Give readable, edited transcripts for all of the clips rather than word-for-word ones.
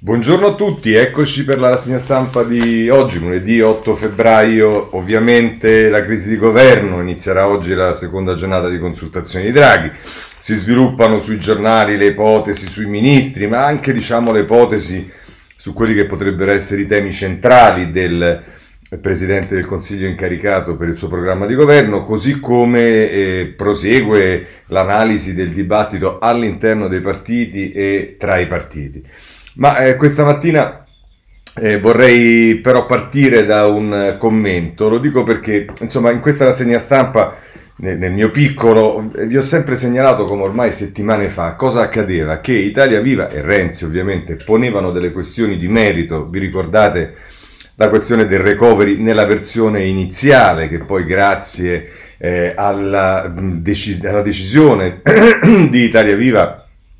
Buongiorno a tutti, eccoci per la rassegna stampa di oggi, lunedì 8 febbraio. Ovviamente la crisi di governo, inizierà oggi la seconda giornata di consultazioni di Draghi. Si sviluppano sui giornali le ipotesi sui ministri, ma anche le ipotesi su quelli che potrebbero essere i temi centrali del Presidente del Consiglio incaricato per il suo programma di governo, così come prosegue l'analisi del dibattito all'interno dei partiti e tra i partiti. Ma questa mattina vorrei però partire da un commento, lo dico perché insomma in questa rassegna stampa nel mio piccolo vi ho sempre segnalato come ormai settimane fa cosa accadeva, che Italia Viva e Renzi ovviamente ponevano delle questioni di merito. Vi ricordate la questione del recovery nella versione iniziale, che poi grazie alla decisione di Italia Viva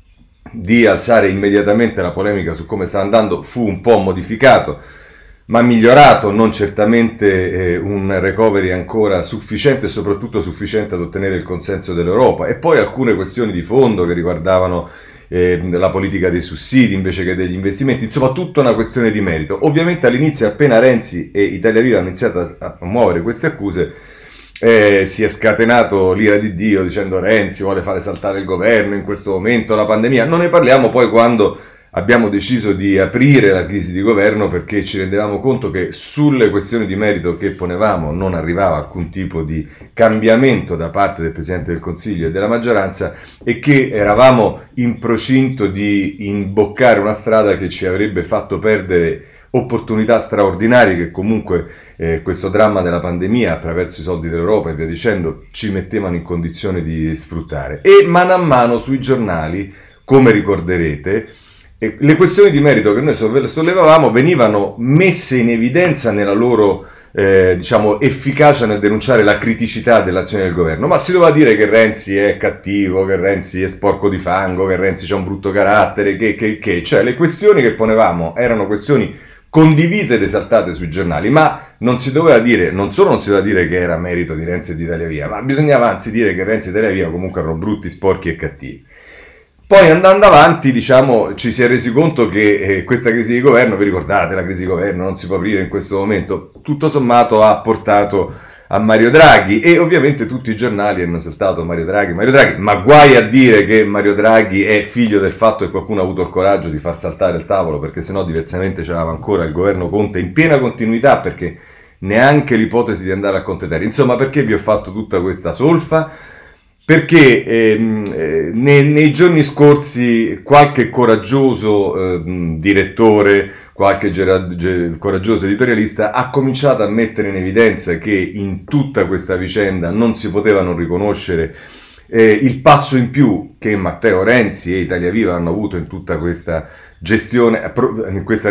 di alzare immediatamente la polemica su come sta andando fu un po' modificato, ma migliorato, non certamente un recovery ancora sufficiente e soprattutto sufficiente ad ottenere il consenso dell'Europa. E poi alcune questioni di fondo che riguardavano la politica dei sussidi invece che degli investimenti, insomma tutta una questione di merito. Ovviamente all'inizio, appena Renzi e Italia Viva hanno iniziato a muovere queste accuse, si è scatenato l'ira di Dio dicendo Renzi vuole fare saltare il governo in questo momento, la pandemia. Non ne parliamo poi quando abbiamo deciso di aprire la crisi di governo, perché ci rendevamo conto che sulle questioni di merito che ponevamo non arrivava alcun tipo di cambiamento da parte del Presidente del Consiglio e della maggioranza, e che eravamo in procinto di imboccare una strada che ci avrebbe fatto perdere opportunità straordinarie che comunque questo dramma della pandemia, attraverso i soldi dell'Europa e via dicendo, ci mettevano in condizione di sfruttare. E mano a mano sui giornali, come ricorderete, le questioni di merito che noi sollevavamo venivano messe in evidenza nella loro efficacia nel denunciare la criticità dell'azione del governo. Ma si doveva dire che Renzi è cattivo, che Renzi è sporco di fango, che Renzi c'ha un brutto carattere, cioè le questioni che ponevamo erano questioni condivise ed esaltate sui giornali, ma non si doveva dire, non solo non si doveva dire che era merito di Renzi e di Italia Viva, ma bisognava anzi dire che Renzi e Italia Viva comunque erano brutti, sporchi e cattivi. Poi andando avanti, ci si è resi conto che questa crisi di governo, vi ricordate, la crisi di governo non si può aprire in questo momento, tutto sommato ha portato a Mario Draghi, e ovviamente tutti i giornali hanno esaltato Mario Draghi, ma guai a dire che Mario Draghi è figlio del fatto che qualcuno ha avuto il coraggio di far saltare il tavolo, perché sennò diversamente c'aveva ancora il governo Conte in piena continuità, perché neanche l'ipotesi di andare a Conte Terra. Insomma, perché vi ho fatto tutta questa solfa? Perché nei giorni scorsi qualche coraggioso direttore, qualche coraggioso editorialista ha cominciato a mettere in evidenza che in tutta questa vicenda non si poteva non riconoscere il passo in più che Matteo Renzi e Italia Viva hanno avuto in tutta questa gestione, in questa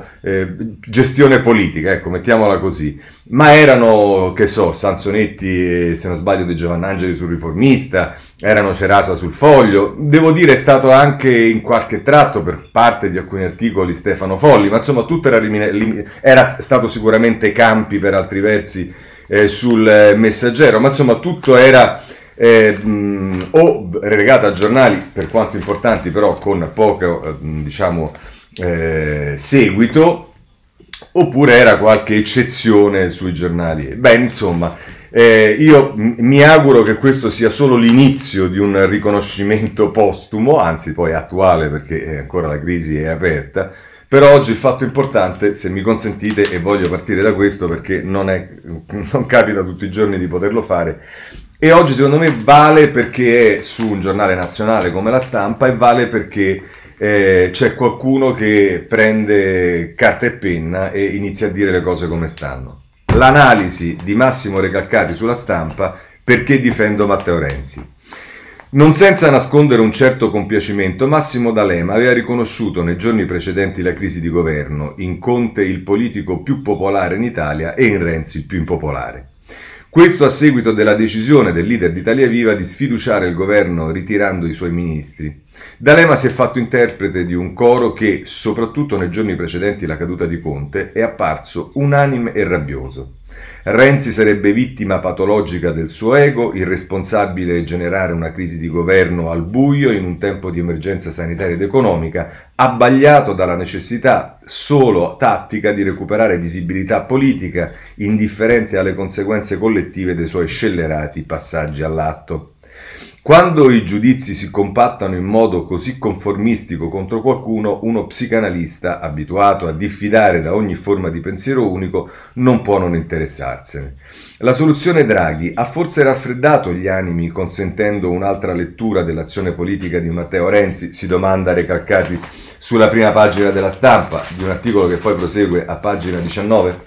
gestione politica, ecco, mettiamola così. Ma erano, Sansonetti, se non sbaglio, di Giovannangeli sul Riformista, erano Cerasa sul Foglio, devo dire è stato anche in qualche tratto per parte di alcuni articoli Stefano Folli, ma insomma tutto era stato sicuramente Campi per altri versi sul Messaggero, ma insomma tutto era o relegato a giornali, per quanto importanti, però con poco seguito, oppure era qualche eccezione sui giornali. Beh, insomma, io mi auguro che questo sia solo l'inizio di un riconoscimento postumo, anzi poi attuale, perché ancora la crisi è aperta. Però oggi il fatto importante, se mi consentite, e voglio partire da questo perché non capita tutti i giorni di poterlo fare, e oggi secondo me vale perché è su un giornale nazionale come La Stampa, e vale perché c'è qualcuno che prende carta e penna e inizia a dire le cose come stanno. L'analisi di Massimo Recalcati sulla Stampa: perché difendo Matteo Renzi. Non senza nascondere un certo compiacimento, Massimo D'Alema aveva riconosciuto nei giorni precedenti la crisi di governo in Conte il politico più popolare in Italia e in Renzi il più impopolare. Questo a seguito della decisione del leader di Italia Viva di sfiduciare il governo ritirando i suoi ministri. D'Alema si è fatto interprete di un coro che, soprattutto nei giorni precedenti la caduta di Conte, è apparso unanime e rabbioso. Renzi sarebbe vittima patologica del suo ego, il responsabile di generare una crisi di governo al buio in un tempo di emergenza sanitaria ed economica, abbagliato dalla necessità solo tattica di recuperare visibilità politica, indifferente alle conseguenze collettive dei suoi scellerati passaggi all'atto. Quando i giudizi si compattano in modo così conformistico contro qualcuno, uno psicanalista, abituato a diffidare da ogni forma di pensiero unico, non può non interessarsene. La soluzione Draghi ha forse raffreddato gli animi consentendo un'altra lettura dell'azione politica di Matteo Renzi, si domanda Recalcati sulla prima pagina della Stampa, di un articolo che poi prosegue a pagina 19.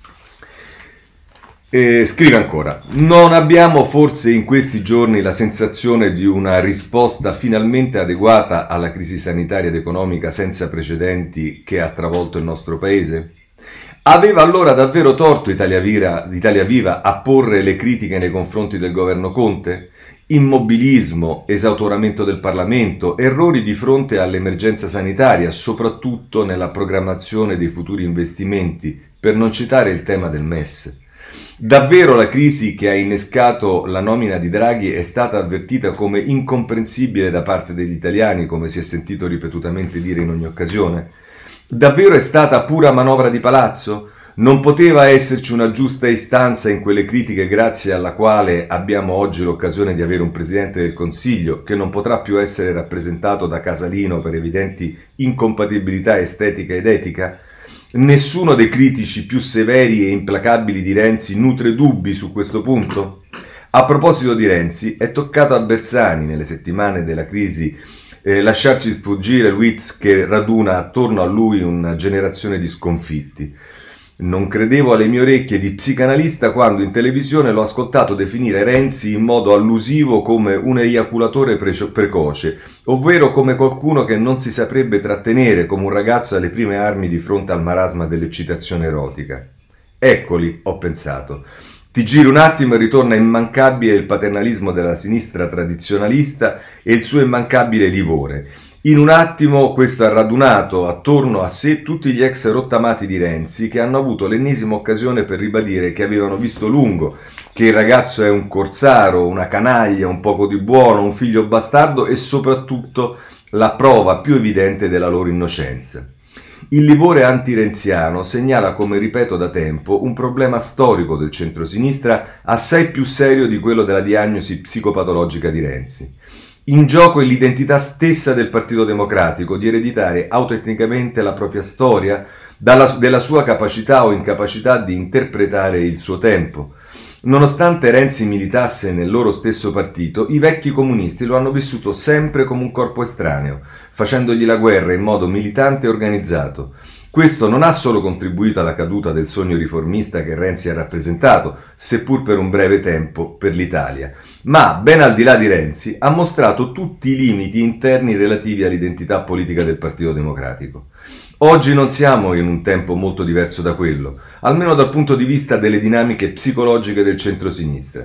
Scrive ancora: non abbiamo forse in questi giorni la sensazione di una risposta finalmente adeguata alla crisi sanitaria ed economica senza precedenti che ha travolto il nostro paese? Aveva allora davvero torto Italia Viva a porre le critiche nei confronti del governo Conte? Immobilismo, esautoramento del Parlamento, errori di fronte all'emergenza sanitaria, soprattutto nella programmazione dei futuri investimenti, per non citare il tema del MES. Davvero la crisi che ha innescato la nomina di Draghi è stata avvertita come incomprensibile da parte degli italiani, come si è sentito ripetutamente dire in ogni occasione? Davvero è stata pura manovra di palazzo? Non poteva esserci una giusta istanza in quelle critiche grazie alla quale abbiamo oggi l'occasione di avere un Presidente del Consiglio che non potrà più essere rappresentato da Casalino per evidenti incompatibilità estetica ed etica? Nessuno dei critici più severi e implacabili di Renzi nutre dubbi su questo punto? A proposito di Renzi, è toccato a Bersani, nelle settimane della crisi, lasciarci sfuggire Luiz che raduna attorno a lui una generazione di sconfitti. Non credevo alle mie orecchie di psicanalista quando in televisione l'ho ascoltato definire Renzi in modo allusivo come un eiaculatore precoce, ovvero come qualcuno che non si saprebbe trattenere come un ragazzo alle prime armi di fronte al marasma dell'eccitazione erotica. Eccoli, ho pensato. Ti giri un attimo e ritorna immancabile il paternalismo della sinistra tradizionalista e il suo immancabile livore. In un attimo questo ha radunato attorno a sé tutti gli ex rottamati di Renzi che hanno avuto l'ennesima occasione per ribadire che avevano visto lungo, che il ragazzo è un corsaro, una canaglia, un poco di buono, un figlio bastardo e soprattutto la prova più evidente della loro innocenza. Il livore anti-renziano segnala, come ripeto da tempo, un problema storico del centrosinistra assai più serio di quello della diagnosi psicopatologica di Renzi. In gioco è l'identità stessa del Partito Democratico di ereditare autentticamente la propria storia della sua capacità o incapacità di interpretare il suo tempo. Nonostante Renzi militasse nel loro stesso partito, i vecchi comunisti lo hanno vissuto sempre come un corpo estraneo, facendogli la guerra in modo militante e organizzato. Questo non ha solo contribuito alla caduta del sogno riformista che Renzi ha rappresentato, seppur per un breve tempo, per l'Italia, ma, ben al di là di Renzi, ha mostrato tutti i limiti interni relativi all'identità politica del Partito Democratico. Oggi non siamo in un tempo molto diverso da quello, almeno dal punto di vista delle dinamiche psicologiche del centrosinistra.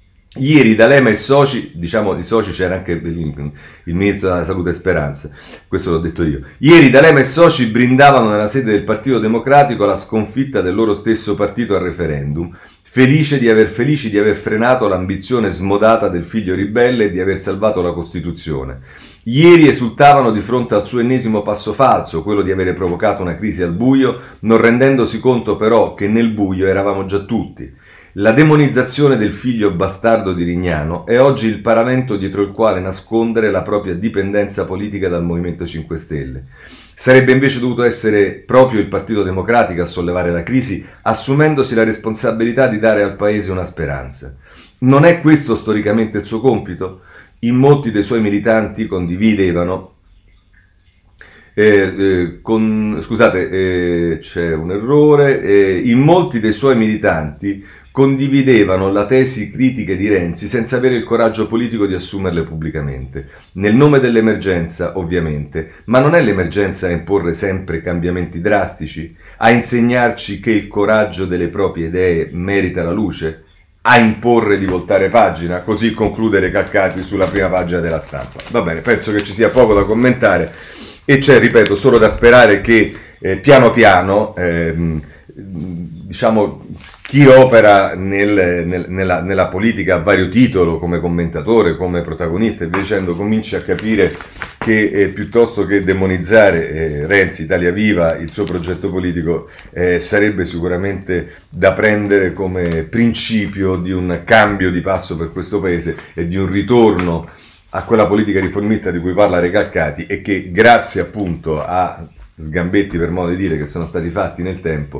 Ieri D'Alema e soci, diciamo di soci c'era anche il ministro della Salute Speranza, questo l'ho detto io. Ieri D'Alema e soci brindavano nella sede del Partito Democratico la sconfitta del loro stesso partito al referendum, felici di aver frenato l'ambizione smodata del figlio ribelle e di aver salvato la Costituzione. Ieri esultavano di fronte al suo ennesimo passo falso, quello di avere provocato una crisi al buio, non rendendosi conto però che nel buio eravamo già tutti. La demonizzazione del figlio bastardo di Rignano è oggi il paravento dietro il quale nascondere la propria dipendenza politica dal Movimento 5 Stelle. Sarebbe invece dovuto essere proprio il Partito Democratico a sollevare la crisi, assumendosi la responsabilità di dare al Paese una speranza. Non è questo storicamente il suo compito? In molti dei suoi militanti condividevano c'è un errore. In molti dei suoi militanti condividevano la tesi critiche di Renzi senza avere il coraggio politico di assumerle pubblicamente. Nel nome dell'emergenza, ovviamente, ma non è l'emergenza a imporre sempre cambiamenti drastici, a insegnarci che il coraggio delle proprie idee merita la luce, a imporre di voltare pagina, così conclude Recalcati sulla prima pagina della Stampa. Va bene, penso che ci sia poco da commentare e c'è, ripeto, solo da sperare che piano piano diciamo, chi opera nella politica a vario titolo, come commentatore, come protagonista e via dicendo, comincia a capire che piuttosto che demonizzare Renzi, Italia Viva, il suo progetto politico, sarebbe sicuramente da prendere come principio di un cambio di passo per questo Paese e di un ritorno a quella politica riformista di cui parla Recalcati e che grazie appunto a sgambetti, per modo di dire, che sono stati fatti nel tempo,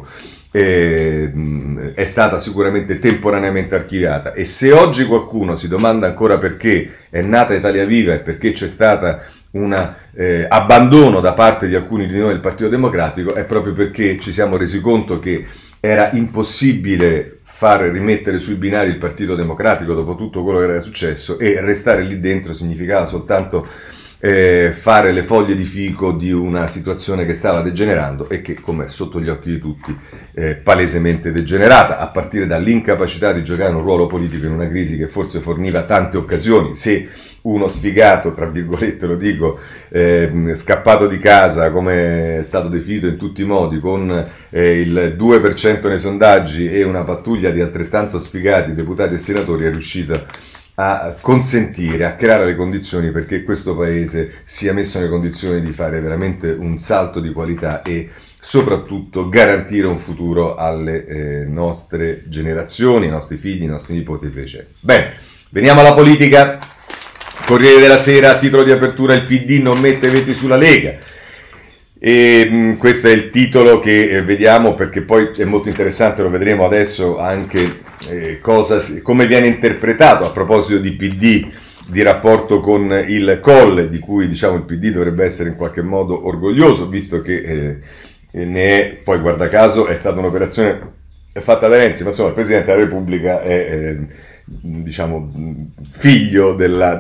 è stata sicuramente temporaneamente archiviata. E se oggi qualcuno si domanda ancora perché è nata Italia Viva e perché c'è stata un abbandono da parte di alcuni di noi del Partito Democratico, è proprio perché ci siamo resi conto che era impossibile far rimettere sui binari il Partito Democratico dopo tutto quello che era successo, e restare lì dentro significava soltanto fare le foglie di fico di una situazione che stava degenerando e che, come è sotto gli occhi di tutti, palesemente degenerata, a partire dall'incapacità di giocare un ruolo politico in una crisi che forse forniva tante occasioni. Se uno sfigato, tra virgolette lo dico, scappato di casa, come è stato definito in tutti i modi, con il 2% nei sondaggi e una pattuglia di altrettanto sfigati deputati e senatori, è riuscito a consentire, a creare le condizioni perché questo Paese sia messo nelle condizioni di fare veramente un salto di qualità e soprattutto garantire un futuro alle nostre generazioni, ai nostri figli, ai nostri nipoti e via dicendo. Bene, veniamo alla politica. Corriere della Sera, a titolo di apertura: il PD non mette veti sulla Lega. E questo è il titolo che vediamo, perché poi è molto interessante, lo vedremo adesso anche come viene interpretato a proposito di PD, di rapporto con il Colle, di cui diciamo il PD dovrebbe essere in qualche modo orgoglioso, visto che ne è, poi guarda caso è stata un'operazione fatta da Renzi, ma insomma il Presidente della Repubblica è diciamo figlio della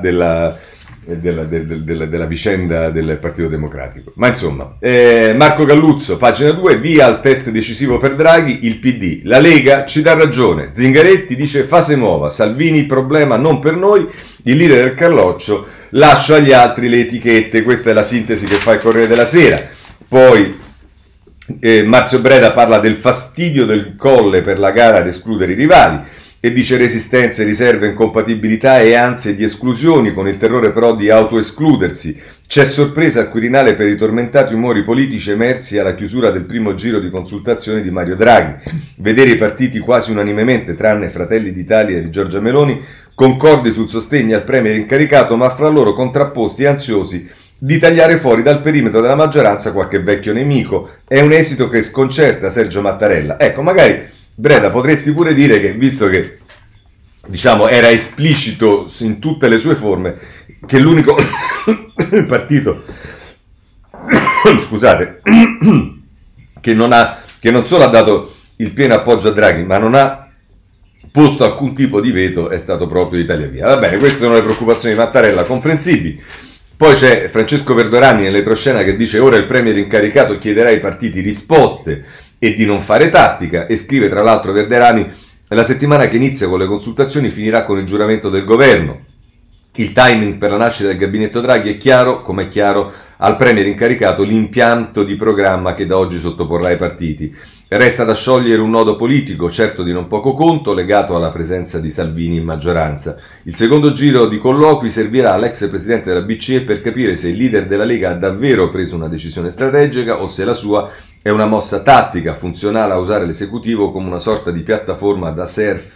vicenda del Partito Democratico. Ma insomma, Marco Galluzzo, pagina 2, via al test decisivo per Draghi, il PD, la Lega ci dà ragione, Zingaretti dice fase nuova, Salvini il problema non per noi, il leader del Carloccio lascia agli altri le etichette. Questa è la sintesi che fa il Corriere della Sera. Poi Marzio Breda parla del fastidio del Colle per la gara ad escludere i rivali e dice resistenze, riserve, incompatibilità e ansie di esclusioni, con il terrore però di autoescludersi. C'è sorpresa al Quirinale per i tormentati umori politici emersi alla chiusura del primo giro di consultazioni di Mario Draghi. Vedere i partiti quasi unanimemente, tranne Fratelli d'Italia e di Giorgia Meloni, concordi sul sostegno al premier incaricato, ma fra loro contrapposti e ansiosi di tagliare fuori dal perimetro della maggioranza qualche vecchio nemico. È un esito che sconcerta Sergio Mattarella. Ecco, magari Breda, potresti pure dire che, visto che diciamo era esplicito in tutte le sue forme, che l'unico partito scusate che non solo ha dato il pieno appoggio a Draghi, ma non ha posto alcun tipo di veto, è stato proprio Italia Viva. Va bene, queste sono le preoccupazioni di Mattarella, comprensibili. Poi c'è Francesco Verdorani nell'etroscena che dice ora il premier incaricato chiederà ai partiti risposte e di non fare tattica, e scrive tra l'altro Verderani: la settimana che inizia con le consultazioni finirà con il giuramento del governo. Il timing per la nascita del gabinetto Draghi è chiaro, come è chiaro al premier incaricato l'impianto di programma che da oggi sottoporrà ai partiti. Resta da sciogliere un nodo politico, certo di non poco conto, legato alla presenza di Salvini in maggioranza. Il secondo giro di colloqui servirà all'ex presidente della BCE per capire se il leader della Lega ha davvero preso una decisione strategica o se la sua è una mossa tattica funzionale a usare l'esecutivo come una sorta di piattaforma da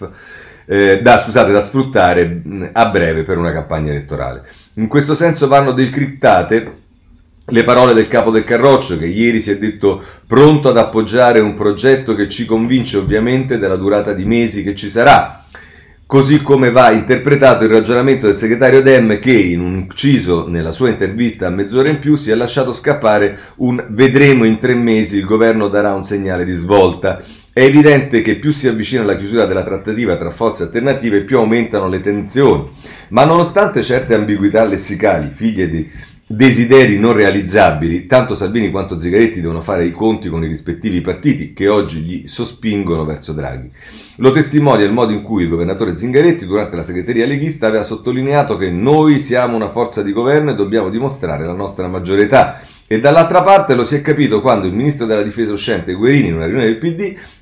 sfruttare a breve per una campagna elettorale. In questo senso vanno decriptate le parole del capo del Carroccio, che ieri si è detto pronto ad appoggiare un progetto che ci convince ovviamente della durata di mesi che ci sarà. Così come va interpretato il ragionamento del segretario Dem, che in un inciso nella sua intervista a Mezz'ora in più si è lasciato scappare un vedremo in 3 mesi, il governo darà un segnale di svolta. È evidente che più si avvicina alla chiusura della trattativa tra forze alternative, più aumentano le tensioni. Ma nonostante certe ambiguità lessicali, figlie di desideri non realizzabili, tanto Salvini quanto Zingaretti devono fare i conti con i rispettivi partiti che oggi gli sospingono verso Draghi. Lo testimonia il modo in cui il governatore Zingaretti durante la segreteria leghista aveva sottolineato che noi siamo una forza di governo e dobbiamo dimostrare la nostra maggiore età. E dall'altra parte lo si è capito quando il ministro della difesa uscente Guerini, in una riunione del PD,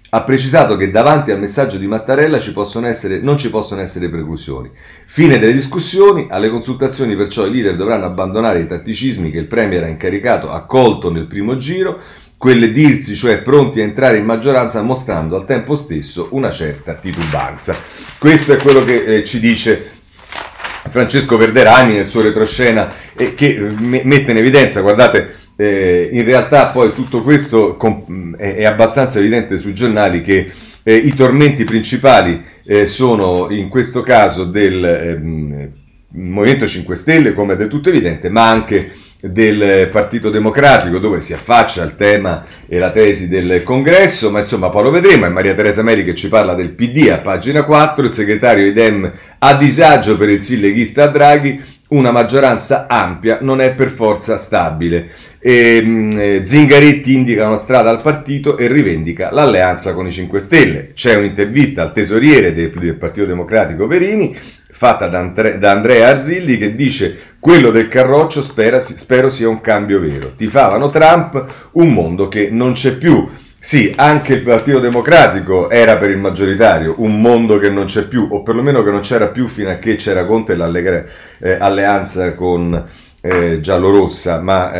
ha precisato che davanti al messaggio di Mattarella non ci possono essere preclusioni. Fine delle discussioni, alle consultazioni perciò i leader dovranno abbandonare i tatticismi che il Premier ha incaricato ha colto nel primo giro, quelle dirsi cioè pronti a entrare in maggioranza mostrando al tempo stesso una certa titubanza. Questo è quello che ci dice Francesco Verderani nel suo retroscena, che mette in evidenza, guardate, in realtà poi tutto questo è abbastanza evidente sui giornali, che i tormenti principali sono in questo caso del Movimento 5 Stelle, come è del tutto evidente, ma anche del Partito Democratico, dove si affaccia il tema e la tesi del congresso, ma insomma poi lo vedremo. È Maria Teresa Meri che ci parla del PD a pagina 4, il segretario Idem a disagio per il sì leghista a Draghi, una maggioranza ampia non è per forza stabile. Zingaretti indica una strada al partito e rivendica l'alleanza con i 5 Stelle. C'è un'intervista al tesoriere del Partito Democratico Verini, fatta da Andrea Arzilli, che dice: quello del Carroccio spero sia un cambio vero. Tifavano Trump, un mondo che non c'è più. Sì, anche il Partito Democratico era per il maggioritario, un mondo che non c'è più, o perlomeno che non c'era più fino a che c'era Conte e l'alleanza con giallorossa, ma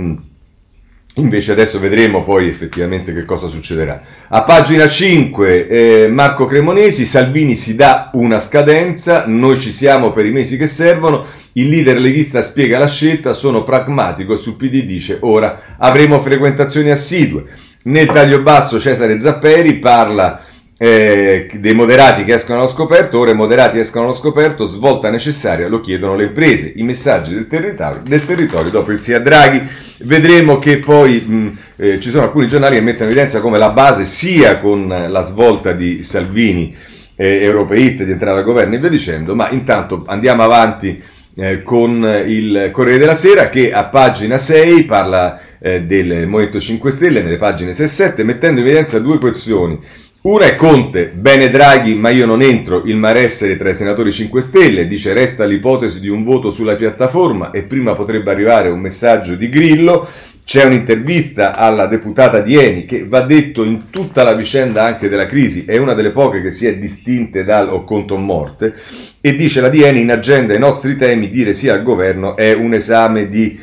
invece adesso vedremo poi effettivamente che cosa succederà. A pagina 5 Marco Cremonesi: Salvini si dà una scadenza, noi ci siamo per i mesi che servono, il leader leghista spiega la scelta, sono pragmatico, sul PD dice ora avremo frequentazioni assidue. Nel taglio basso Cesare Zapperi parla dei moderati che escono allo scoperto, ora i moderati escono allo scoperto, svolta necessaria, lo chiedono le imprese, i messaggi del territorio dopo il sì a Draghi. Vedremo che poi ci sono alcuni giornali che mettono in evidenza come la base sia con la svolta di Salvini europeista di entrare al governo e via dicendo, ma intanto andiamo avanti con il Corriere della Sera, che a pagina 6 parla del Movimento 5 Stelle nelle pagine 6 e 7, mettendo in evidenza due questioni. Una è Conte, bene Draghi, ma io non entro, il malessere tra i senatori 5 Stelle, dice resta l'ipotesi di un voto sulla piattaforma e prima potrebbe arrivare un messaggio di Grillo. C'è un'intervista alla deputata di Eni che, va detto, in tutta la vicenda anche della crisi è una delle poche che si è distinte dal o conto morte, e dice la di Eni: in agenda i nostri temi, dire sì al governo è un esame di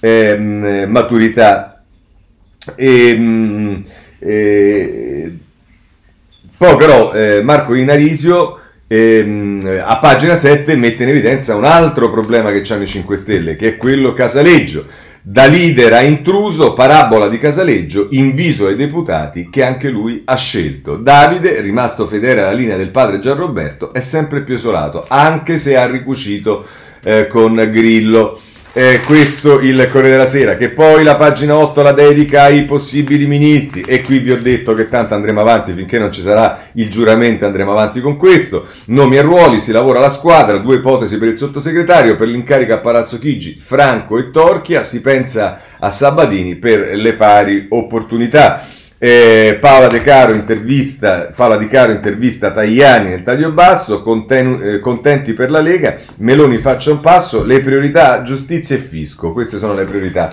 maturità. Poi però Marco Inarisio a pagina 7 mette in evidenza un altro problema che hanno i 5 Stelle, che è quello Casaleggio. Da leader a intruso, parabola di Casaleggio, inviso ai deputati che anche lui ha scelto. Davide, rimasto fedele alla linea del padre Gianroberto, è sempre più isolato, anche se ha ricucito con Grillo. Questo il Corriere della Sera, che poi la pagina 8 la dedica ai possibili ministri, e qui vi ho detto che tanto andremo avanti finché non ci sarà il giuramento, andremo avanti con questo. Nomi e ruoli, si lavora alla squadra, due ipotesi per il sottosegretario, per l'incarico a Palazzo Chigi Franco e Torchia, si pensa a Sabadini per le pari opportunità. Paola Di Caro intervista Tajani nel taglio basso, contenti per la Lega, Meloni faccia un passo, le priorità giustizia e fisco, queste sono le priorità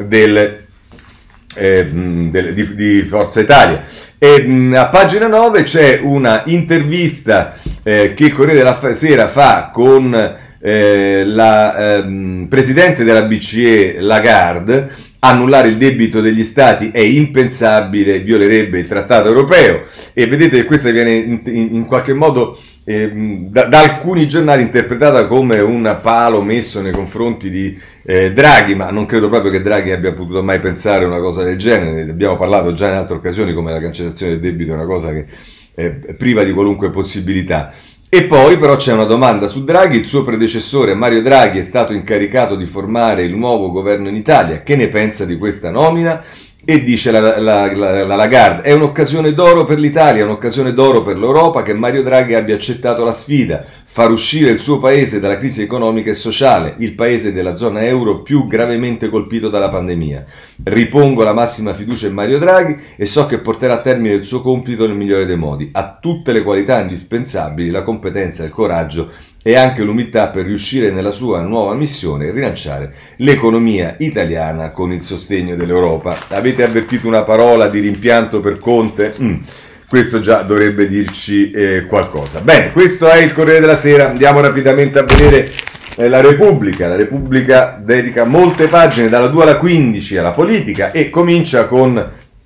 di Forza Italia. A pagina 9 c'è una intervista che il Corriere della Sera fa con la presidente della BCE Lagarde. Annullare il debito degli stati è impensabile, violerebbe il trattato europeo, e vedete che questa viene in qualche modo da alcuni giornali interpretata come un palo messo nei confronti di Draghi, ma non credo proprio che Draghi abbia potuto mai pensare una cosa del genere. Ne abbiamo parlato già in altre occasioni, come la cancellazione del debito è una cosa che è priva di qualunque possibilità. E poi però c'è una domanda su Draghi. Il suo predecessore Mario Draghi è stato incaricato di formare il nuovo governo in Italia, che ne pensa di questa nomina? E dice la Lagarde: è un'occasione d'oro per l'Italia, un'occasione d'oro per l'Europa che Mario Draghi abbia accettato la sfida, far uscire il suo paese dalla crisi economica e sociale, il paese della zona euro più gravemente colpito dalla pandemia. Ripongo la massima fiducia in Mario Draghi e so che porterà a termine il suo compito nel migliore dei modi. Ha tutte le qualità indispensabili, la competenza, il coraggio e anche l'umiltà per riuscire nella sua nuova missione e rilanciare l'economia italiana con il sostegno dell'Europa. Avete avvertito una parola di rimpianto per Conte? questo già dovrebbe dirci qualcosa. Bene, questo è il Corriere della Sera. Andiamo rapidamente a vedere la Repubblica. La Repubblica dedica molte pagine dalla 2 alla 15 alla politica e comincia con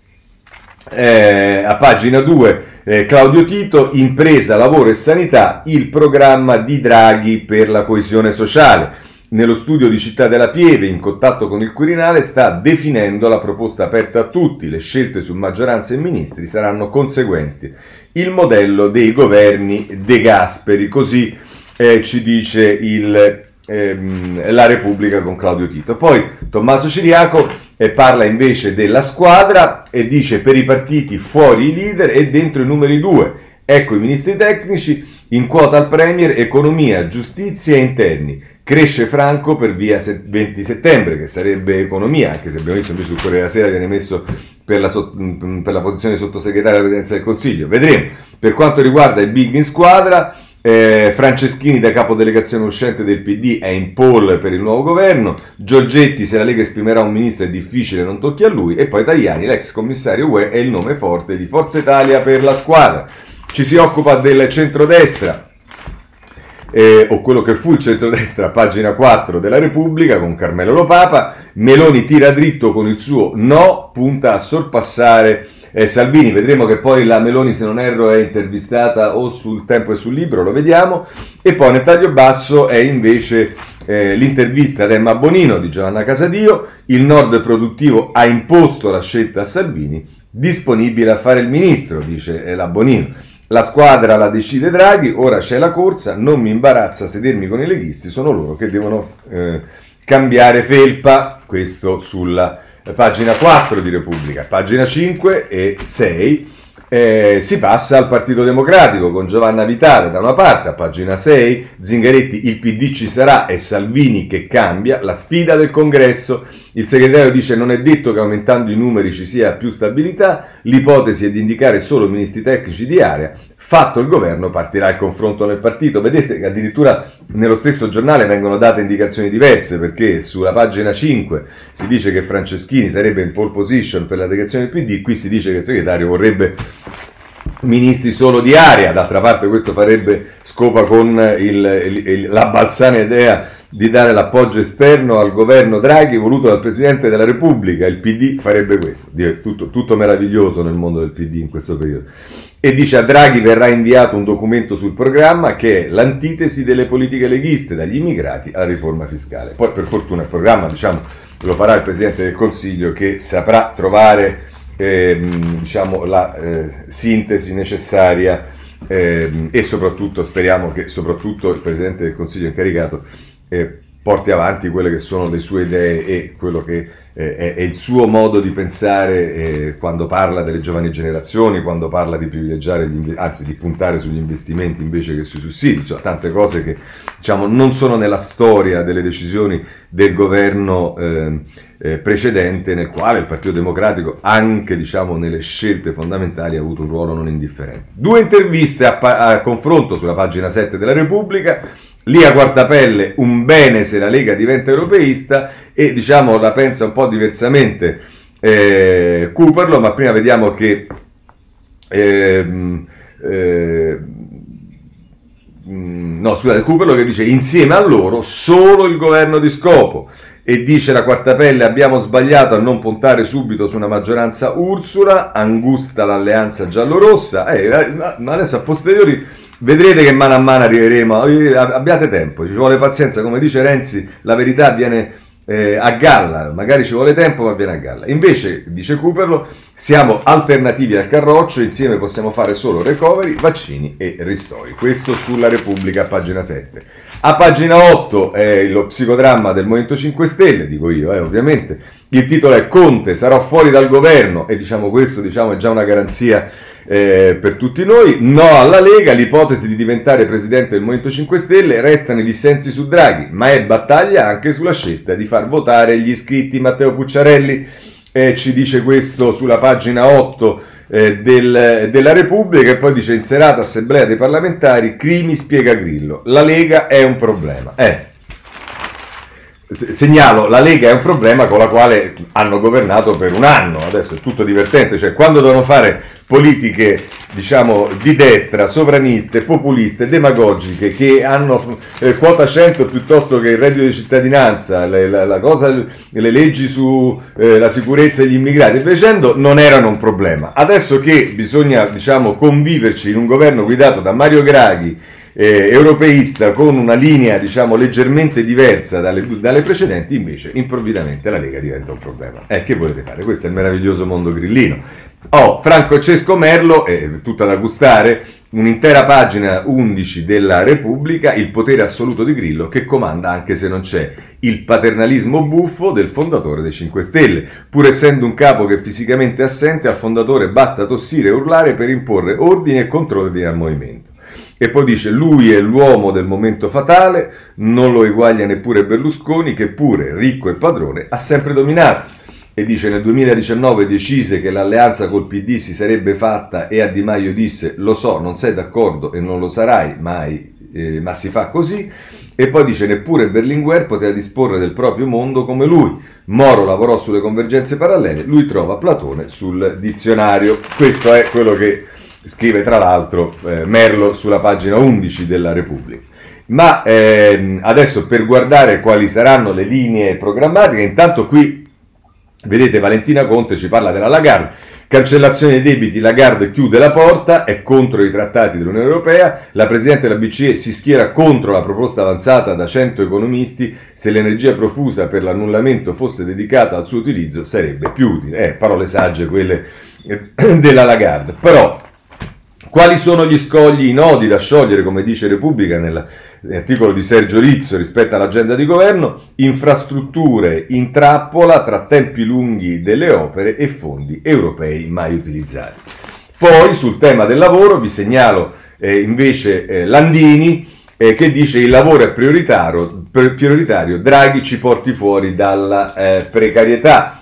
a pagina 2 Claudio Tito, impresa, lavoro e sanità, il programma di Draghi per la coesione sociale. Nello studio di Città della Pieve, in contatto con il Quirinale, sta definendo la proposta aperta a tutti. Le scelte su maggioranza e ministri saranno conseguenti. Il modello dei governi De Gasperi, così ci dice la Repubblica con Claudio Tito. Poi Tommaso Ciriaco parla invece della squadra e dice: per i partiti fuori i leader e dentro i numeri 2. Ecco i ministri tecnici, in quota al Premier, economia, giustizia e interni. Cresce Franco per via 20 settembre, che sarebbe economia, anche se abbiamo visto invece sul Corriere della Sera viene messo per la posizione di sottosegretario alla Presidenza del Consiglio. Vedremo. Per quanto riguarda i big in squadra, Franceschini da capodelegazione uscente del PD è in pole per il nuovo governo. Giorgetti, se la Lega esprimerà un ministro è difficile, non tocchi a lui. E poi Tajani, l'ex commissario UE, è il nome forte di Forza Italia per la squadra. Ci si occupa del centrodestra, o quello che fu il centrodestra, pagina 4 della Repubblica con Carmelo Lopapa. Meloni tira dritto con il suo no, punta a sorpassare Salvini. Vedremo che poi la Meloni, se non erro, è intervistata o sul Tempo e sul Libro, lo vediamo. E poi nel taglio basso è invece l'intervista ad Emma Bonino di Giovanna Casadio. Il Nord produttivo ha imposto la scelta a Salvini, disponibile a fare il ministro, dice la Bonino. La squadra la decide Draghi, ora c'è la corsa, non mi imbarazza sedermi con i leghisti, sono loro che devono cambiare felpa. Questo sulla pagina 4 di Repubblica. Pagina 5 e 6 si passa al Partito Democratico con Giovanna Vitale da una parte. A pagina 6 Zingaretti, il PD ci sarà, è Salvini che cambia, la sfida del congresso. Il segretario dice: non è detto che aumentando i numeri ci sia più stabilità, l'ipotesi è di indicare solo ministri tecnici di area. Fatto il governo partirà il confronto nel partito. Vedete che addirittura nello stesso giornale vengono date indicazioni diverse, perché sulla pagina 5 si dice che Franceschini sarebbe in pole position per la delegazione del PD, qui si dice che il segretario vorrebbe ministri solo di area. D'altra parte questo farebbe scopa con la balzana idea di dare l'appoggio esterno al governo Draghi voluto dal Presidente della Repubblica. Il PD farebbe questo. Tutto meraviglioso nel mondo del PD in questo periodo. E dice: a Draghi verrà inviato un documento sul programma che è l'antitesi delle politiche leghiste, dagli immigrati alla riforma fiscale. Poi per fortuna il programma, lo farà il Presidente del Consiglio, che saprà trovare la sintesi necessaria e soprattutto speriamo che soprattutto il Presidente del Consiglio incaricato porti avanti quelle che sono le sue idee e quello che è il suo modo di pensare quando parla delle giovani generazioni, quando parla di privilegiare anzi di puntare sugli investimenti invece che sui sussidi. Insomma, tante cose che non sono nella storia delle decisioni del governo precedente, nel quale il Partito Democratico anche nelle scelte fondamentali ha avuto un ruolo non indifferente. 2 interviste a confronto sulla pagina 7 della Repubblica. Lia Quartapelle, un bene se la Lega diventa europeista, e la pensa un po' diversamente Cooperlo, ma prima vediamo che Cooperlo che dice: insieme a loro solo il governo di scopo. E dice la Quartapelle: abbiamo sbagliato a non puntare subito su una maggioranza Ursula, angusta l'alleanza giallorossa. Ma adesso a posteriori vedrete che mano a mano arriveremo. Abbiate tempo, ci vuole pazienza. Come dice Renzi, la verità viene a galla, magari ci vuole tempo ma viene a galla. Invece, dice Cooperlo, siamo alternativi al carroccio, insieme possiamo fare solo recovery, vaccini e ristori. Questo sulla Repubblica, pagina 7. A pagina 8 è lo psicodramma del Movimento 5 Stelle, dico io, ovviamente. Il titolo è: Conte sarò fuori dal governo, e questo è già una garanzia per tutti noi. No alla Lega, l'ipotesi di diventare presidente del Movimento 5 Stelle, restano i dissensi su Draghi, ma è battaglia anche sulla scelta di far votare gli iscritti. Matteo Pucciarelli ci dice questo sulla pagina 8 della Repubblica, e poi dice: in serata assemblea dei parlamentari, Crimi spiega Grillo, la Lega è un problema. segnalo, la Lega è un problema con la quale hanno governato per un anno, adesso è tutto divertente, cioè quando devono fare politiche, diciamo, di destra, sovraniste, populiste, demagogiche, che hanno quota 100 piuttosto che il reddito di cittadinanza, le leggi sulla sicurezza degli immigrati e via dicendo, non erano un problema. Adesso che bisogna, diciamo, conviverci in un governo guidato da Mario Draghi, europeista, con una linea, diciamo, leggermente diversa dalle precedenti, invece improvvisamente la Lega diventa un problema. Che volete fare? Questo è il meraviglioso mondo grillino. Franco Cesco Merlo, tutta da gustare, un'intera pagina 11 della Repubblica, il potere assoluto di Grillo che comanda anche se non c'è, il paternalismo buffo del fondatore dei 5 Stelle. Pur essendo un capo che è fisicamente assente, al fondatore basta tossire e urlare per imporre ordine e controlli al movimento. E poi dice, lui è l'uomo del momento fatale, non lo eguaglia neppure Berlusconi, che pure, ricco e padrone, ha sempre dominato. E dice, nel 2019 decise che l'alleanza col PD si sarebbe fatta e a Di Maio disse, lo so, non sei d'accordo e non lo sarai mai, ma si fa così. E poi dice, neppure Berlinguer poteva disporre del proprio mondo come lui. Moro lavorò sulle convergenze parallele, lui trova Platone sul dizionario. Questo è quello che scrive tra l'altro Merlo sulla pagina 11 della Repubblica. Ma adesso, per guardare quali saranno le linee programmatiche, intanto qui vedete Valentina Conte ci parla della Lagarde, cancellazione dei debiti, Lagarde chiude la porta, è contro i trattati dell'Unione Europea, la Presidente della BCE si schiera contro la proposta avanzata da 100 economisti, se l'energia profusa per l'annullamento fosse dedicata al suo utilizzo sarebbe più utile, parole sagge quelle della Lagarde. Però quali sono gli scogli, i nodi da sciogliere, come dice Repubblica nell'articolo di Sergio Rizzo rispetto all'agenda di governo? Infrastrutture in trappola tra tempi lunghi delle opere e fondi europei mai utilizzati. Poi sul tema del lavoro vi segnalo invece Landini che dice il lavoro è prioritario, Draghi ci porti fuori dalla precarietà.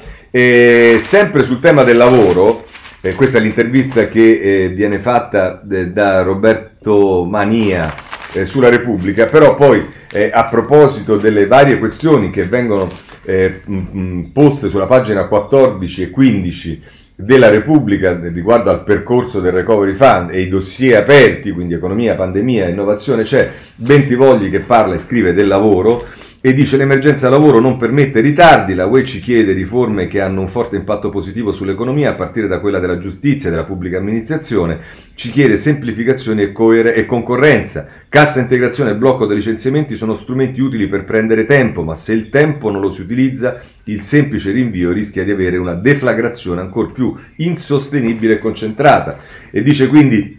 Sempre sul tema del lavoro, questa è l'intervista che viene fatta da Roberto Mania sulla Repubblica, però poi a proposito delle varie questioni che vengono poste sulla pagina 14 e 15 della Repubblica riguardo al percorso del Recovery Fund e i dossier aperti, quindi economia, pandemia, innovazione, c'è Bentivogli che parla e scrive del lavoro e dice l'emergenza lavoro non permette ritardi, la UE ci chiede riforme che hanno un forte impatto positivo sull'economia a partire da quella della giustizia e della pubblica amministrazione, ci chiede semplificazione e concorrenza, cassa integrazione e blocco dei licenziamenti sono strumenti utili per prendere tempo, ma se il tempo non lo si utilizza il semplice rinvio rischia di avere una deflagrazione ancor più insostenibile e concentrata. E dice quindi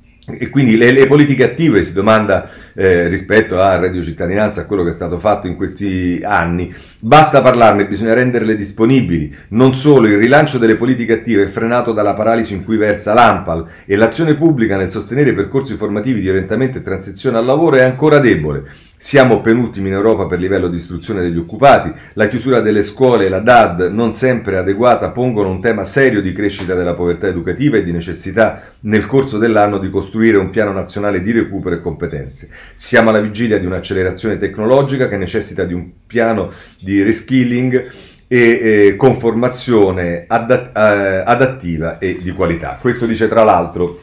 le politiche attive, si domanda rispetto al reddito di cittadinanza, a quello che è stato fatto in questi anni, basta parlarne, bisogna renderle disponibili. Non solo, il rilancio delle politiche attive è frenato dalla paralisi in cui versa l'ANPAL e l'azione pubblica nel sostenere i percorsi formativi di orientamento e transizione al lavoro è ancora debole. Siamo penultimi in Europa per livello di istruzione degli occupati, la chiusura delle scuole e la DAD non sempre adeguata pongono un tema serio di crescita della povertà educativa e di necessità nel corso dell'anno di costruire un piano nazionale di recupero e competenze. Siamo alla vigilia di un'accelerazione tecnologica che necessita di un piano di reskilling e con formazione adattiva e di qualità. Questo dice tra l'altro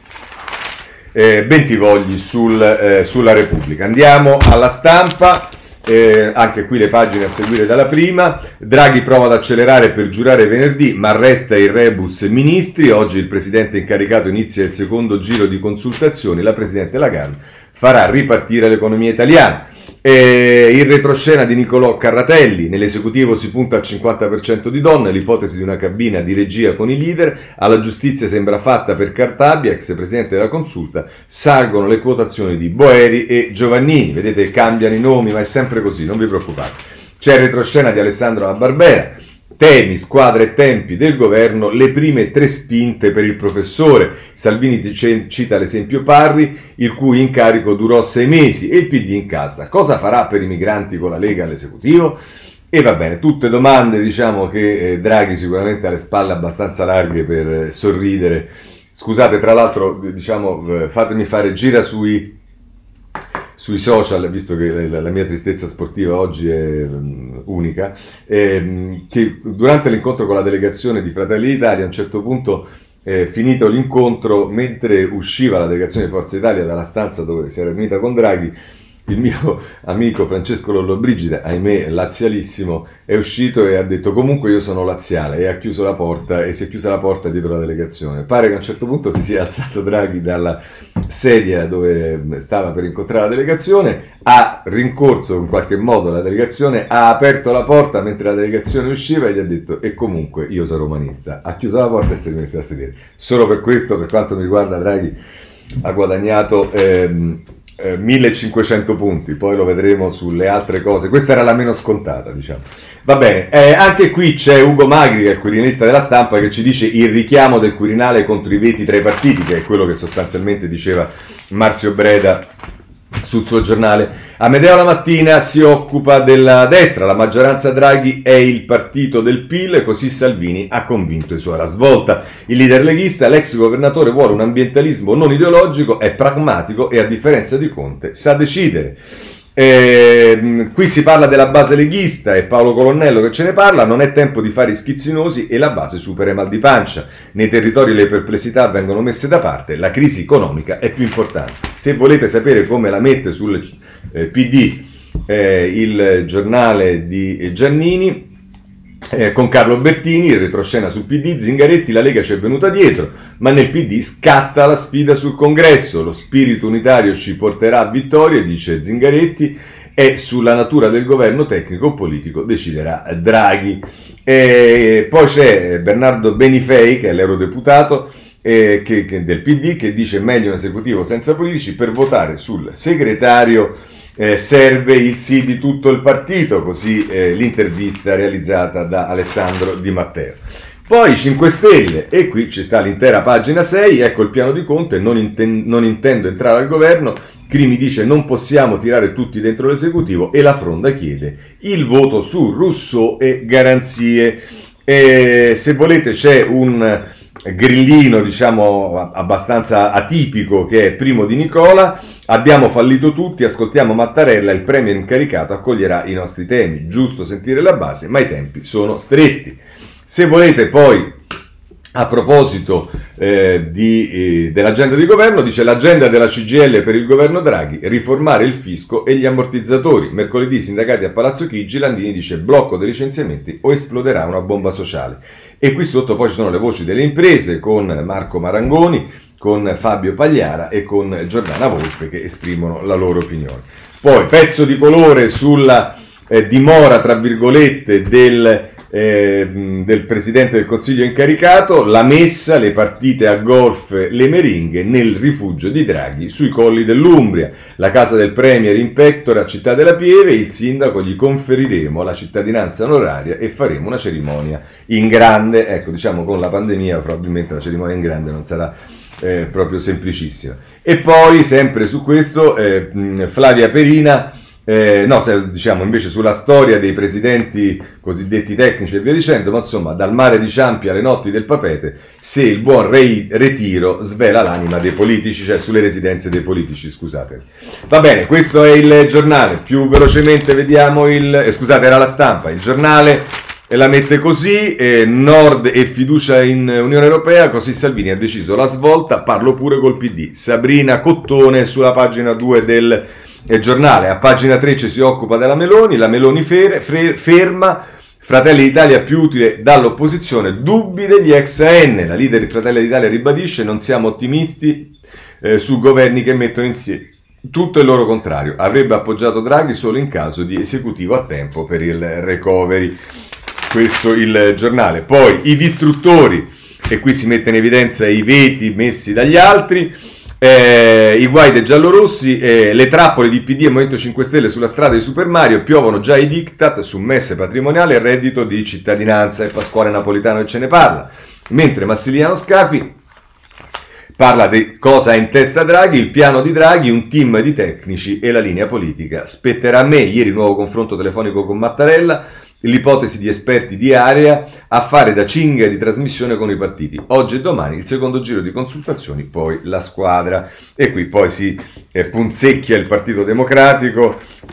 Bentivogli sulla Repubblica. Andiamo alla Stampa, anche qui le pagine a seguire dalla prima. Draghi prova ad accelerare per giurare venerdì, ma resta il rebus ministri. Oggi il presidente incaricato inizia il secondo giro di consultazioni. La presidente Lagarde farà ripartire l'economia italiana. Il retroscena di Niccolò Carratelli, nell'esecutivo si punta al 50% di donne, l'ipotesi di una cabina di regia con i leader, alla giustizia sembra fatta per Cartabia, ex presidente della consulta, salgono le quotazioni di Boeri e Giovannini, vedete cambiano i nomi ma è sempre così, non vi preoccupate. C'è il retroscena di Alessandro La Barbera, temi, squadra e tempi del governo, le prime 3 spinte per il professore. Salvini cita l'esempio Parri, il cui incarico durò 6 mesi e il PD incalza. Cosa farà per i migranti con la Lega all'esecutivo? E va bene, tutte domande, diciamo che Draghi sicuramente ha le spalle abbastanza larghe per sorridere. Scusate, tra l'altro, diciamo, fatemi fare gira sui social, visto che la mia tristezza sportiva oggi è unica, che durante l'incontro con la delegazione di Fratelli d'Italia a un certo punto, finito l'incontro, mentre usciva la delegazione di Forza Italia dalla stanza dove si era riunita con Draghi, il mio amico Francesco Lollobrigida, ahimè lazialissimo, è uscito e ha detto comunque io sono laziale, e ha chiuso la porta, e si è chiusa la porta dietro la delegazione. Pare che a un certo punto si sia alzato Draghi dalla sedia dove stava per incontrare la delegazione, ha rincorso in qualche modo la delegazione, ha aperto la porta mentre la delegazione usciva e gli ha detto e comunque io sono romanista. Ha chiuso la porta e si è rimesso a sedere. Solo per questo, per quanto mi riguarda, Draghi ha guadagnato 1500 punti, poi lo vedremo sulle altre cose. Questa era la meno scontata, diciamo. Va bene, anche qui c'è Ugo Magri, che è il quirinalista della Stampa, che ci dice il richiamo del Quirinale contro i veti tra i partiti, che è quello che sostanzialmente diceva Marzio Breda sul suo giornale. Amedeo La Mattina si occupa della destra, la maggioranza Draghi è il partito del PIL, così Salvini ha convinto i suoi. Alla svolta il leader leghista, l'ex governatore vuole un ambientalismo non ideologico, è pragmatico e a differenza di Conte sa decidere. Qui si parla della base leghista, è Paolo Colonnello che ce ne parla. Non è tempo di fare schizzinosi e la base supera i mal di pancia. Nei territori le perplessità vengono messe da parte, la crisi economica è più importante. Se volete sapere come la mette sul PD il giornale di Giannini, con Carlo Bertini, il retroscena sul PD, Zingaretti, la Lega ci è venuta dietro, ma nel PD scatta la sfida sul congresso, lo spirito unitario ci porterà a vittorie, dice Zingaretti, e sulla natura del governo tecnico-politico deciderà Draghi. Poi c'è Bernardo Benifei, che è l'eurodeputato del PD, che dice meglio un esecutivo senza politici, per votare sul segretario serve il sì di tutto il partito, così l'intervista realizzata da Alessandro Di Matteo. Poi 5 Stelle, e qui ci sta l'intera pagina 6, ecco il piano di Conte, non intendo entrare al governo, Crimi dice non possiamo tirare tutti dentro l'esecutivo e la Fronda chiede il voto su Rousseau e garanzie. Se volete c'è un grillino, diciamo, abbastanza atipico, che è Primo Di Nicola. Abbiamo fallito tutti, ascoltiamo Mattarella, il premier incaricato accoglierà i nostri temi. Giusto sentire la base, ma i tempi sono stretti. Se volete poi, a proposito dell'agenda di governo, dice l'agenda della CGIL per il governo Draghi, riformare il fisco e gli ammortizzatori. Mercoledì sindacati a Palazzo Chigi, Landini dice blocco dei licenziamenti o esploderà una bomba sociale. E qui sotto poi ci sono le voci delle imprese con Marco Marangoni, con Fabio Pagliara e con Giordana Volpe che esprimono la loro opinione. Poi pezzo di colore sulla dimora, tra virgolette, del Presidente del Consiglio incaricato, la messa, le partite a golf, le meringhe nel rifugio di Draghi sui colli dell'Umbria, la casa del Premier in pectore a Città della Pieve, il sindaco gli conferiremo la cittadinanza onoraria e faremo una cerimonia in grande. Ecco, diciamo con la pandemia probabilmente la cerimonia in grande non sarà proprio semplicissima. E poi sempre su questo Flavia Perina, diciamo invece sulla storia dei presidenti cosiddetti tecnici e via dicendo, ma insomma dal mare di Ciampi alle notti del Papete, se il buon Retiro svela l'anima dei politici, cioè sulle residenze dei politici, scusate. Va bene, questo è il giornale, più velocemente vediamo era la Stampa, il giornale la mette così, Nord e fiducia in Unione Europea, così Salvini ha deciso la svolta, parlo pure col PD. Sabrina Cottone sulla pagina 2 del giornale, a pagina 3 ci si occupa della Meloni, la Meloni ferma, Fratelli d'Italia più utile dall'opposizione, dubbi degli ex AN, la leader di Fratelli d'Italia ribadisce non siamo ottimisti su governi che mettono insieme tutto il loro contrario, avrebbe appoggiato Draghi solo in caso di esecutivo a tempo per il recovery. Questo il giornale. Poi i distruttori, e qui si mette in evidenza i veti messi dagli altri, i guai dei giallorossi, le trappole di PD e Movimento 5 Stelle sulla strada di Super Mario, piovono già i diktat su messe patrimoniali e reddito di cittadinanza, e Pasquale Napolitano che ce ne parla, mentre Massimiliano Scafi parla di cosa ha in testa Draghi, il piano di Draghi, un team di tecnici e la linea politica. Spetterà a me, ieri nuovo confronto telefonico con Mattarella, l'ipotesi di esperti di area a fare da cinghia di trasmissione con i partiti. Oggi e domani il secondo giro di consultazioni, poi la squadra. E qui poi si punzecchia il Partito Democratico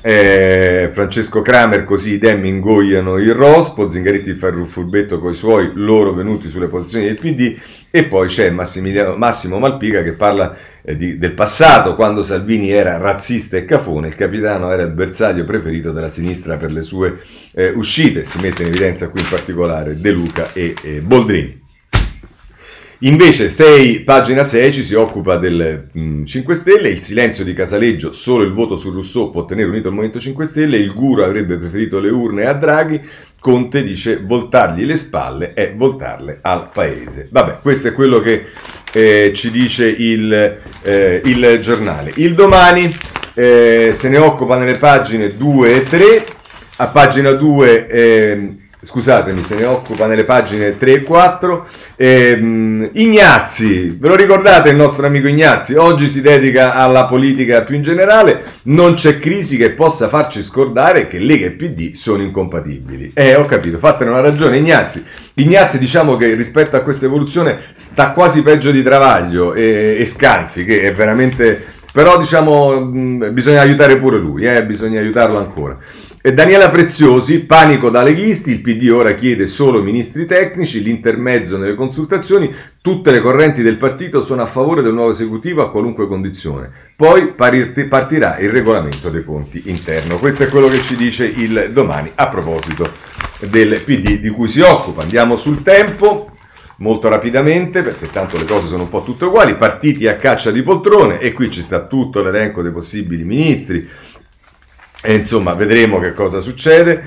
Francesco Kramer, così i Dem ingoiano il rospo, Zingaretti fa il furbetto coi suoi, loro venuti sulle posizioni del PD, e poi c'è Massimo Malpica che parla del passato, quando Salvini era razzista e cafone, il capitano era il bersaglio preferito della sinistra per le sue uscite, si mette in evidenza qui in particolare De Luca e Boldrini. Invece pagina 6 ci si occupa del 5 Stelle, il silenzio di Casaleggio, solo il voto su Rousseau può tenere unito il Movimento 5 Stelle, il guru avrebbe preferito le urne a Draghi, Conte dice voltargli le spalle è voltarle al paese. Vabbè, questo è quello che ci dice il giornale. Il Domani se ne occupa nelle pagine 2 e 3, a pagina 2... scusatemi, se ne occupa nelle pagine 3 e 4. Ignazzi, ve lo ricordate il nostro amico Ignazzi? Oggi si dedica alla politica più in generale. Non c'è crisi che possa farci scordare che Lega e PD sono incompatibili. Ho capito, fatene una ragione. Ignazzi, diciamo che rispetto a questa evoluzione sta quasi peggio di Travaglio e Scanzi, che è veramente... però diciamo bisogna aiutare pure lui, bisogna aiutarlo ancora. Daniela Preziosi, panico da leghisti, il PD ora chiede solo ministri tecnici, l'intermezzo nelle consultazioni, tutte le correnti del partito sono a favore del nuovo esecutivo a qualunque condizione, poi partirà il regolamento dei conti interno. Questo è quello che ci dice il Domani a proposito del PD di cui si occupa. Andiamo sul Tempo. Molto rapidamente, perché tanto le cose sono un po' tutte uguali, partiti a caccia di poltrone, e qui ci sta tutto l'elenco dei possibili ministri, e insomma vedremo che cosa succede.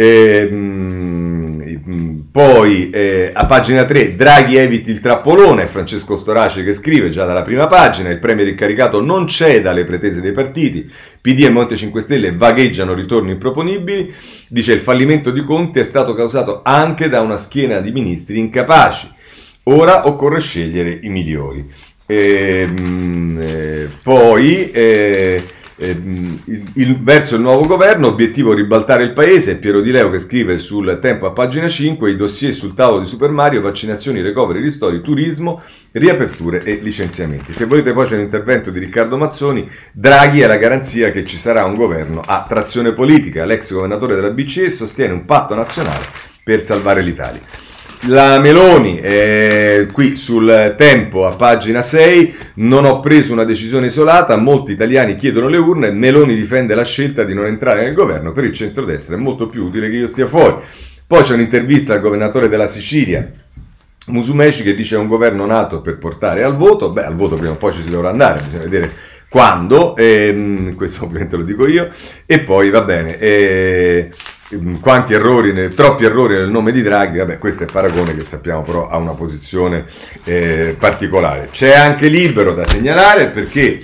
Poi a pagina 3 Draghi eviti il trappolone, è Francesco Storace che scrive già dalla prima pagina, il premier incaricato non ceda alle pretese dei partiti, PD e Monte 5 Stelle vagheggiano ritorni improponibili, dice il fallimento di Conte è stato causato anche da una schiena di ministri incapaci, ora occorre scegliere i migliori. Verso il nuovo governo, obiettivo ribaltare il paese, Piero Di Leo che scrive sul Tempo a pagina 5, i dossier sul tavolo di Super Mario, vaccinazioni, recovery, ristori, turismo, riaperture e licenziamenti. Se volete poi c'è un intervento di Riccardo Mazzoni, Draghi è la garanzia che ci sarà un governo a trazione politica, l'ex governatore della BCE sostiene un patto nazionale per salvare l'Italia. La Meloni, qui sul Tempo a pagina 6, non ho preso una decisione isolata, molti italiani chiedono le urne, Meloni difende la scelta di non entrare nel governo, per il centrodestra è molto più utile che io stia fuori. Poi c'è un'intervista al governatore della Sicilia, Musumeci, che dice è un governo nato per portare al voto, al voto prima o poi ci si dovrà andare, bisogna vedere quando, questo ovviamente lo dico io, e poi va bene, quanti errori, troppi errori nel nome di Draghi, vabbè, questo è Paragone che sappiamo però ha una posizione particolare. C'è anche Libero da segnalare perché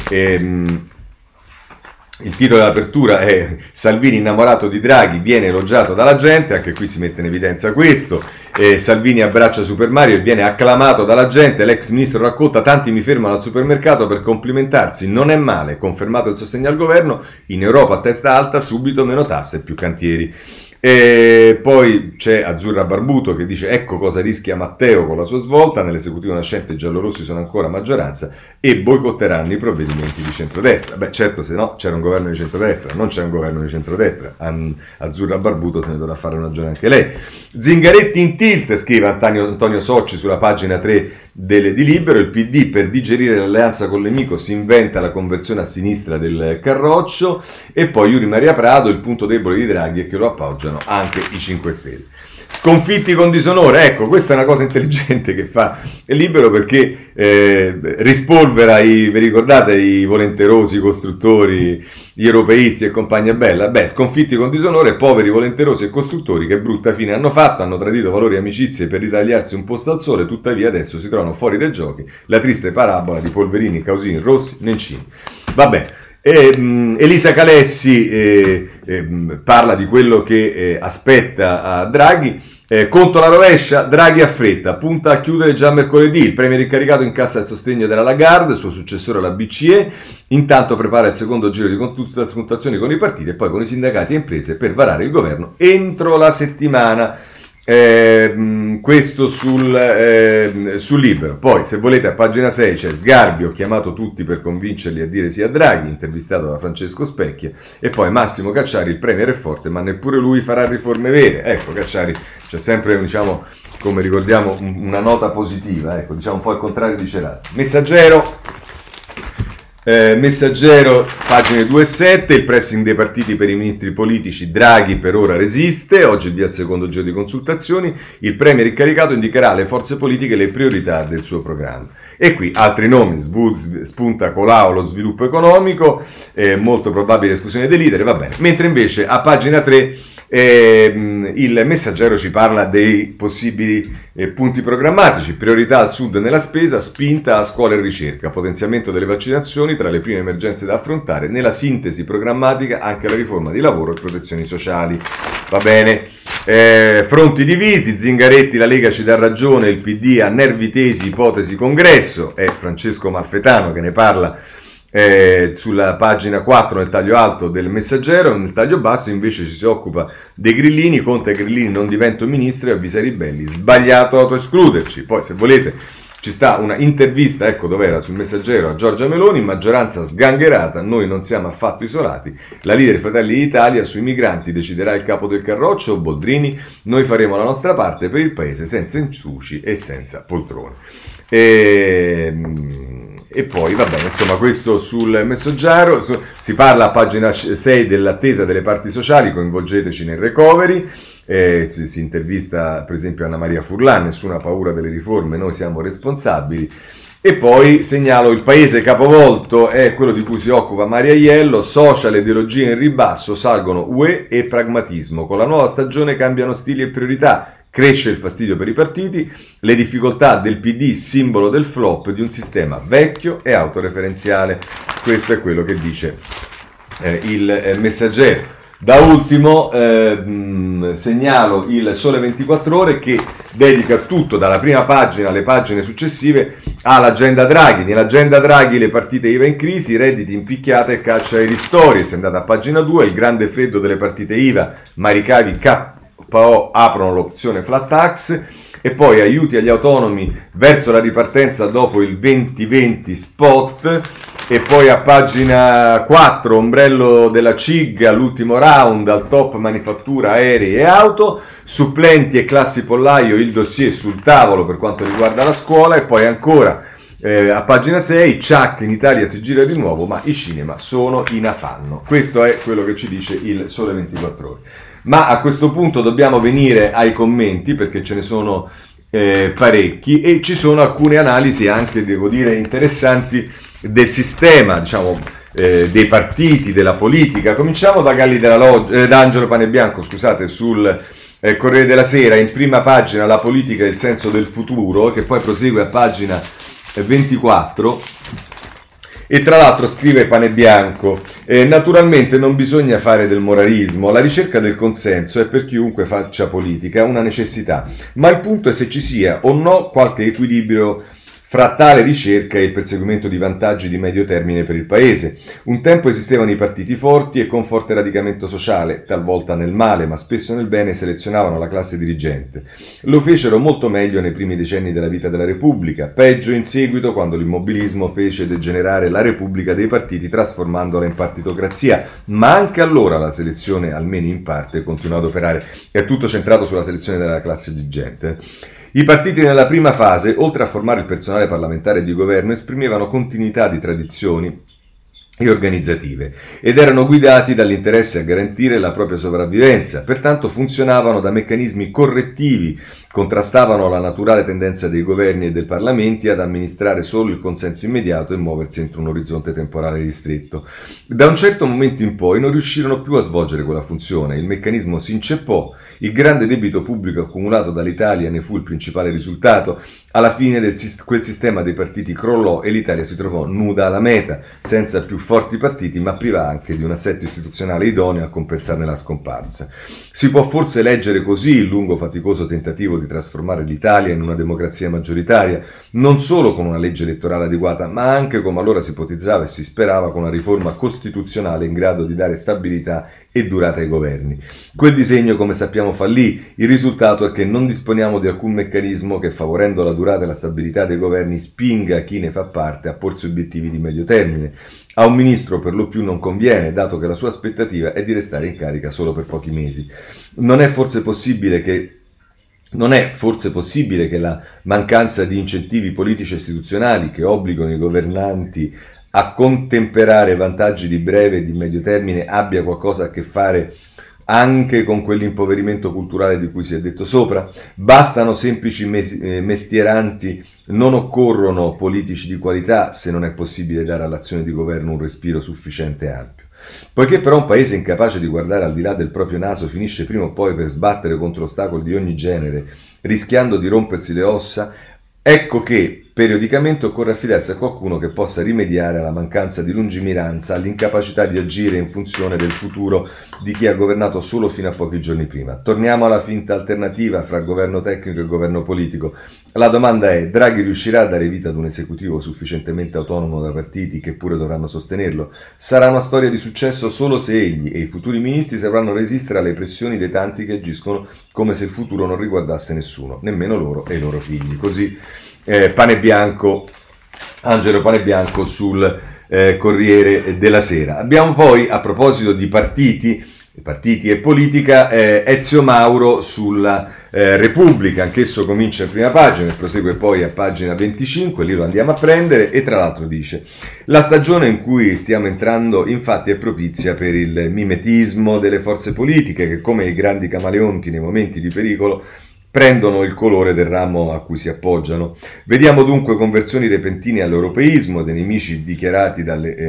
il titolo dell'apertura è Salvini innamorato di Draghi viene elogiato dalla gente, anche qui si mette in evidenza questo, Salvini abbraccia Super Mario e viene acclamato dalla gente, l'ex ministro racconta tanti mi fermano al supermercato per complimentarsi, non è male, confermato il sostegno al governo, in Europa a testa alta, subito meno tasse e più cantieri. E poi c'è Azzurra Barbuto che dice ecco cosa rischia Matteo con la sua svolta, nell'esecutivo nascente i giallorossi sono ancora maggioranza e boicotteranno i provvedimenti di centrodestra. Beh certo, se no c'era un governo di centrodestra, non c'è un governo di centrodestra, Azzurra Barbuto se ne dovrà fare una ragione anche lei. Zingaretti in tilt, scrive Antonio Socci sulla pagina 3 di Libero, il PD per digerire l'alleanza con l'amico si inventa la conversione a sinistra del Carroccio e poi Yuri Maria Prado, il punto debole di Draghi è che lo appoggiano anche i 5 Stelle. Sconfitti con disonore, ecco, questa è una cosa intelligente che fa Libero perché rispolvera vi ricordate i volenterosi costruttori, gli europeisti e compagnia bella? Beh, sconfitti con disonore, poveri volenterosi e costruttori che brutta fine hanno fatto, hanno tradito valori e amicizie per ritagliarsi un posto al sole, tuttavia adesso si trovano fuori dai giochi, la triste parabola di Polverini, Causini, Rossi, Nencini. Vabbè. Elisa Calessi parla di quello che aspetta a Draghi, conto la rovescia, Draghi a fretta, punta a chiudere già mercoledì, il premier incaricato incassa il sostegno della Lagarde, suo successore alla BCE, intanto prepara il secondo giro di consultazioni con i partiti e poi con i sindacati e imprese per varare il governo entro la settimana. Questo sul Libero. Poi, se volete, a pagina 6 c'è Sgarbi, ho chiamato tutti per convincerli a dire sì a Draghi, intervistato da Francesco Specchia, e poi Massimo Cacciari, il premier è forte ma neppure lui farà riforme vere. Ecco, Cacciari c'è sempre, diciamo, come ricordiamo, una nota positiva, ecco, diciamo un po' al contrario di Cerasi. Messaggero, pagine 2 e 7, il pressing dei partiti per i ministri politici, Draghi per ora resiste, oggi via il secondo giro di consultazioni, il premier incaricato indicherà alle forze politiche le priorità del suo programma. E qui altri nomi, spunta Colau lo sviluppo economico, molto probabile esclusione dei leader, va bene. Mentre invece a pagina 3 il Messaggero ci parla dei possibili punti programmatici, priorità al sud nella spesa, spinta a scuola e ricerca, potenziamento delle vaccinazioni tra le prime emergenze da affrontare, nella sintesi programmatica anche la riforma di lavoro e protezioni sociali. Va bene. Fronti divisi, Zingaretti, la Lega ci dà ragione, il PD ha nervi tesi, ipotesi congresso, è Francesco Malfetano che ne parla sulla pagina 4 nel taglio alto del Messaggero. Nel taglio basso invece ci si occupa dei grillini, Conte e Grillini non divento ministro e avvisa i ribelli, sbagliato autoescluderci. Poi se volete ci sta una intervista, ecco dov'era, sul Messaggero a Giorgia Meloni, maggioranza sgangherata, noi non siamo affatto isolati, la leader Fratelli d'Italia, sui migranti deciderà il capo del carroccio, Boldrini, noi faremo la nostra parte per il paese senza inciuci e senza poltrone. E poi va bene, insomma, questo sul Messaggero. Si parla a pagina 6 dell'attesa delle parti sociali, coinvolgeteci nel recovery. Si intervista per esempio Anna Maria Furlan, nessuna paura delle riforme, noi siamo responsabili. E poi segnalo il paese capovolto, è quello di cui si occupa Maria Iello, social, ideologie in ribasso, salgono UE e pragmatismo, con la nuova stagione cambiano stili e priorità. Cresce il fastidio per i partiti, le difficoltà del PD, simbolo del flop di un sistema vecchio e autoreferenziale. Questo è quello che dice il Messaggero. Da ultimo segnalo il Sole 24 Ore che dedica tutto, dalla prima pagina alle pagine successive, all'agenda Draghi. Nell'agenda Draghi le partite IVA in crisi, redditi in picchiata e caccia ai ristori. Se andate a pagina 2, il grande freddo delle partite IVA, ma i ricavi KO aprono l'opzione flat tax. E poi aiuti agli autonomi verso la ripartenza dopo il 2020 spot. E poi a pagina 4, ombrello della CIG all'ultimo round, al top manifattura, aerei e auto, supplenti e classi pollaio, il dossier sul tavolo per quanto riguarda la scuola. E poi ancora a pagina 6, Chuck in Italia si gira di nuovo, ma i cinema sono in affanno. Questo è quello che ci dice il Sole 24 Ore. Ma a questo punto dobbiamo venire ai commenti, perché ce ne sono parecchi, e ci sono alcune analisi anche, devo dire, interessanti del sistema, diciamo, dei partiti, della politica. Cominciamo da Galli della Loggia, da Angelo Panebianco, scusate, sul Corriere della Sera, in prima pagina la politica e il senso del futuro, che poi prosegue a pagina 24. E tra l'altro scrive Panebianco, naturalmente non bisogna fare del moralismo, la ricerca del consenso è per chiunque faccia politica una necessità, ma il punto è se ci sia o no qualche equilibrio fra tale ricerca e il perseguimento di vantaggi di medio termine per il paese. Un tempo esistevano i partiti forti e con forte radicamento sociale, talvolta nel male, ma spesso nel bene, selezionavano la classe dirigente. Lo fecero molto meglio nei primi decenni della vita della Repubblica, peggio in seguito quando l'immobilismo fece degenerare la Repubblica dei partiti trasformandola in partitocrazia, ma anche allora la selezione, almeno in parte, continuò ad operare. È tutto centrato sulla selezione della classe dirigente. I partiti nella prima fase, oltre a formare il personale parlamentare e di governo, esprimevano continuità di tradizioni e organizzative ed erano guidati dall'interesse a garantire la propria sopravvivenza, pertanto funzionavano da meccanismi correttivi, contrastavano la naturale tendenza dei governi e dei parlamenti ad amministrare solo il consenso immediato e muoversi entro un orizzonte temporale ristretto. Da un certo momento in poi non riuscirono più a svolgere quella funzione, il meccanismo si inceppò, il grande debito pubblico accumulato dall'Italia ne fu il principale risultato, alla fine quel sistema dei partiti crollò e l'Italia si trovò nuda alla meta, senza più forti partiti, ma priva anche di un assetto istituzionale idoneo a compensarne la scomparsa. Si può forse leggere così il lungo faticoso tentativo di trasformare l'Italia in una democrazia maggioritaria, non solo con una legge elettorale adeguata, ma anche, come allora si ipotizzava e si sperava, con una riforma costituzionale in grado di dare stabilità e durata ai governi. Quel disegno, come sappiamo, fallì. Il risultato è che non disponiamo di alcun meccanismo che, favorendo la durata e la stabilità dei governi, spinga chi ne fa parte a porsi obiettivi di medio termine. A un ministro per lo più non conviene, dato che la sua aspettativa è di restare in carica solo per pochi mesi. Non è forse possibile che la mancanza di incentivi politici e istituzionali che obbligano i governanti a contemperare vantaggi di breve e di medio termine abbia qualcosa a che fare anche con quell'impoverimento culturale di cui si è detto sopra? Bastano semplici mestieranti, non occorrono politici di qualità se non è possibile dare all'azione di governo un respiro sufficiente e ampio. Poiché però un paese incapace di guardare al di là del proprio naso finisce prima o poi per sbattere contro ostacoli di ogni genere, rischiando di rompersi le ossa, ecco che periodicamente occorre affidarsi a qualcuno che possa rimediare alla mancanza di lungimiranza, all'incapacità di agire in funzione del futuro di chi ha governato solo fino a pochi giorni prima. Torniamo alla finta alternativa fra governo tecnico e governo politico. La domanda è: Draghi riuscirà a dare vita ad un esecutivo sufficientemente autonomo da partiti che pure dovranno sostenerlo? Sarà una storia di successo solo se egli e i futuri ministri sapranno resistere alle pressioni dei tanti che agiscono come se il futuro non riguardasse nessuno, nemmeno loro e i loro figli. Così Angelo Panebianco sul Corriere della Sera. Abbiamo poi, a proposito di partiti e politica, Ezio Mauro sulla Repubblica, anch'esso comincia in prima pagina e prosegue poi a pagina 25, lì lo andiamo a prendere, e tra l'altro dice: la stagione in cui stiamo entrando infatti è propizia per il mimetismo delle forze politiche che, come i grandi camaleonti nei momenti di pericolo, prendono il colore del ramo a cui si appoggiano. Vediamo dunque conversioni repentine all'europeismo dei nemici dichiarati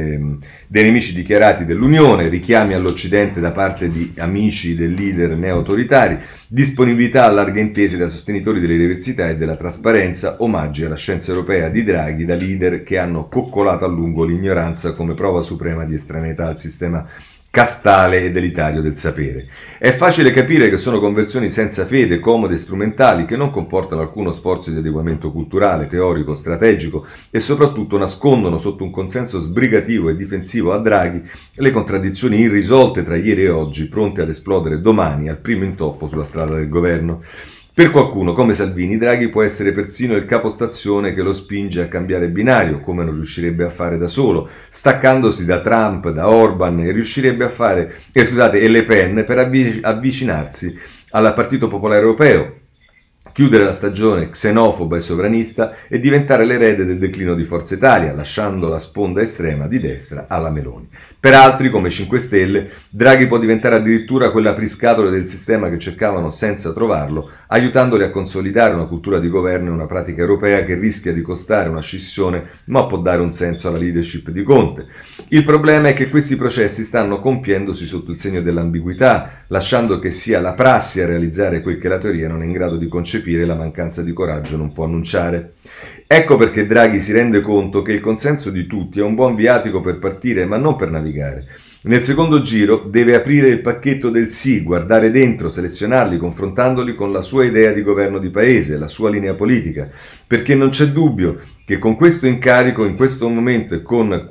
dell'Unione, richiami all'Occidente da parte di amici del leader neo-autoritari, disponibilità a larghe intese da sostenitori delle diversità e della trasparenza, omaggi alla scienza europea di Draghi da leader che hanno coccolato a lungo l'ignoranza come prova suprema di estraneità al sistema castale ed elitario del sapere. È facile capire che sono conversioni senza fede, comode e strumentali, che non comportano alcuno sforzo di adeguamento culturale, teorico, strategico e soprattutto nascondono sotto un consenso sbrigativo e difensivo a Draghi le contraddizioni irrisolte tra ieri e oggi, pronte ad esplodere domani al primo intoppo sulla strada del governo. Per qualcuno, come Salvini, Draghi può essere persino il capostazione che lo spinge a cambiare binario, come non riuscirebbe a fare da solo, staccandosi da Trump, da Orban, e Le Pen per avvicinarsi al Partito Popolare Europeo, chiudere la stagione xenofoba e sovranista e diventare l'erede del declino di Forza Italia, lasciando la sponda estrema di destra alla Meloni. Per altri, come 5 Stelle, Draghi può diventare addirittura quell'apriscatole del sistema che cercavano senza trovarlo, aiutandoli a consolidare una cultura di governo e una pratica europea che rischia di costare una scissione, ma può dare un senso alla leadership di Conte. Il problema è che questi processi stanno compiendosi sotto il segno dell'ambiguità, lasciando che sia la prassi a realizzare quel che la teoria non è in grado di concepire e la mancanza di coraggio non può annunciare. Ecco perché Draghi si rende conto che il consenso di tutti è un buon viatico per partire, ma non per navigare. Nel secondo giro deve aprire il pacchetto del sì, guardare dentro, selezionarli, confrontandoli con la sua idea di governo di paese, la sua linea politica, perché non c'è dubbio che con questo incarico, in questo momento e con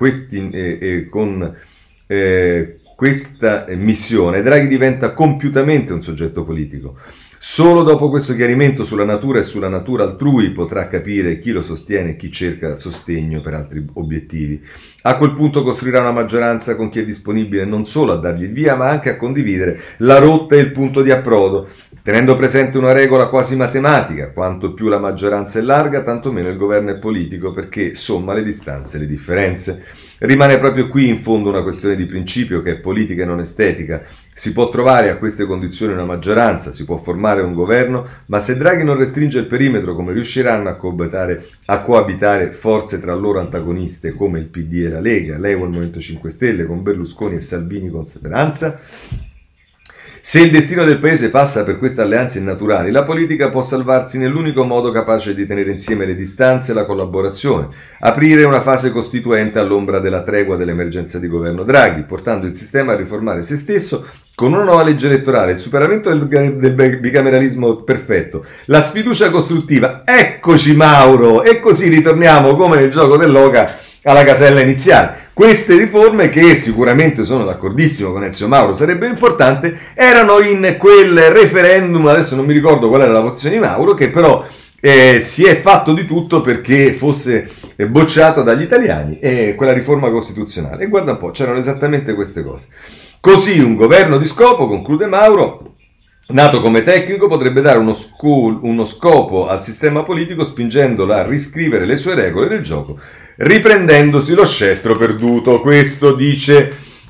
questa missione, Draghi diventa compiutamente un soggetto politico. Solo dopo questo chiarimento sulla natura e sulla natura altrui potrà capire chi lo sostiene e chi cerca sostegno per altri obiettivi. A quel punto costruirà una maggioranza con chi è disponibile non solo a dargli il via, ma anche a condividere la rotta e il punto di approdo, tenendo presente una regola quasi matematica: quanto più la maggioranza è larga, tanto meno il governo è politico, perché somma le distanze e le differenze. Rimane proprio qui in fondo una questione di principio che è politica e non estetica. Si può trovare a queste condizioni una maggioranza, si può formare un governo, ma se Draghi non restringe il perimetro, come riusciranno a coabitare forze tra loro antagoniste come il PD e la Lega, lei o il Movimento 5 Stelle con Berlusconi e Salvini con Speranza? Se il destino del paese passa per queste alleanze innaturali, la politica può salvarsi nell'unico modo capace di tenere insieme le distanze e la collaborazione, aprire una fase costituente all'ombra della tregua dell'emergenza di governo Draghi, portando il sistema a riformare se stesso con una nuova legge elettorale, il superamento del bicameralismo perfetto, la sfiducia costruttiva. Eccoci Mauro! E così ritorniamo come nel gioco dell'oca alla casella iniziale. Queste riforme, che sicuramente sono d'accordissimo con Ezio Mauro, sarebbe importante, erano in quel referendum, adesso non mi ricordo qual era la posizione di Mauro, che però si è fatto di tutto perché fosse bocciato dagli italiani, quella riforma costituzionale. E guarda un po', c'erano esattamente queste cose. Così un governo di scopo, conclude Mauro, nato come tecnico, potrebbe dare uno scopo al sistema politico, spingendolo a riscrivere le sue regole del gioco, riprendendosi lo scettro perduto. Questo dice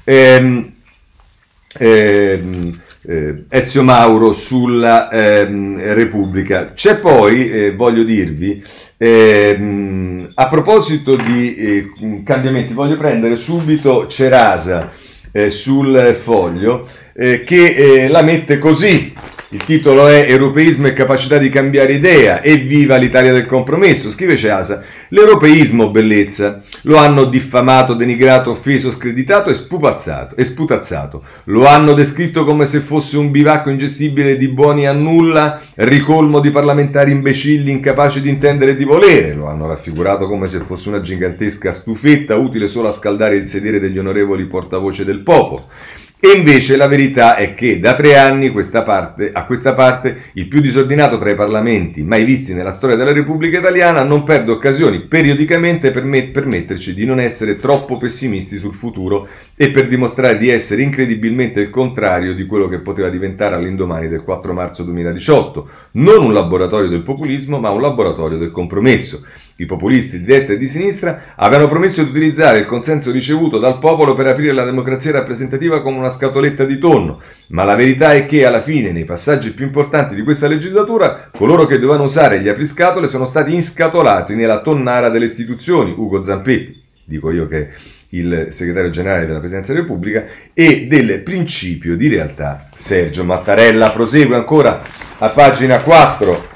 Ezio Mauro sulla Repubblica. C'è poi, voglio dirvi, a proposito di cambiamenti, voglio prendere subito Cerasa sul Foglio, che la mette così. Il titolo è Europeismo e capacità di cambiare idea, evviva l'Italia del compromesso. Scrive Cerasa: l'europeismo, bellezza, lo hanno diffamato, denigrato, offeso, screditato e sputazzato. Lo hanno descritto come se fosse un bivacco ingestibile di buoni a nulla, ricolmo di parlamentari imbecilli incapaci di intendere e di volere. Lo hanno raffigurato come se fosse una gigantesca stufetta utile solo a scaldare il sedere degli onorevoli portavoce del popolo. E invece la verità è che da 3 anni a questa parte il più disordinato tra i parlamenti mai visti nella storia della Repubblica Italiana non perde occasioni periodicamente per permetterci di non essere troppo pessimisti sul futuro e per dimostrare di essere incredibilmente il contrario di quello che poteva diventare all'indomani del 4 marzo 2018. Non un laboratorio del populismo, ma un laboratorio del compromesso. I populisti di destra e di sinistra avevano promesso di utilizzare il consenso ricevuto dal popolo per aprire la democrazia rappresentativa come una scatoletta di tonno, ma la verità è che alla fine, nei passaggi più importanti di questa legislatura, coloro che dovevano usare gli apriscatole sono stati inscatolati nella tonnara delle istituzioni. Ugo Zampetti, dico io che è il segretario generale della Presidenza della Repubblica, e del principio di realtà Sergio Mattarella. Prosegue ancora a pagina 4.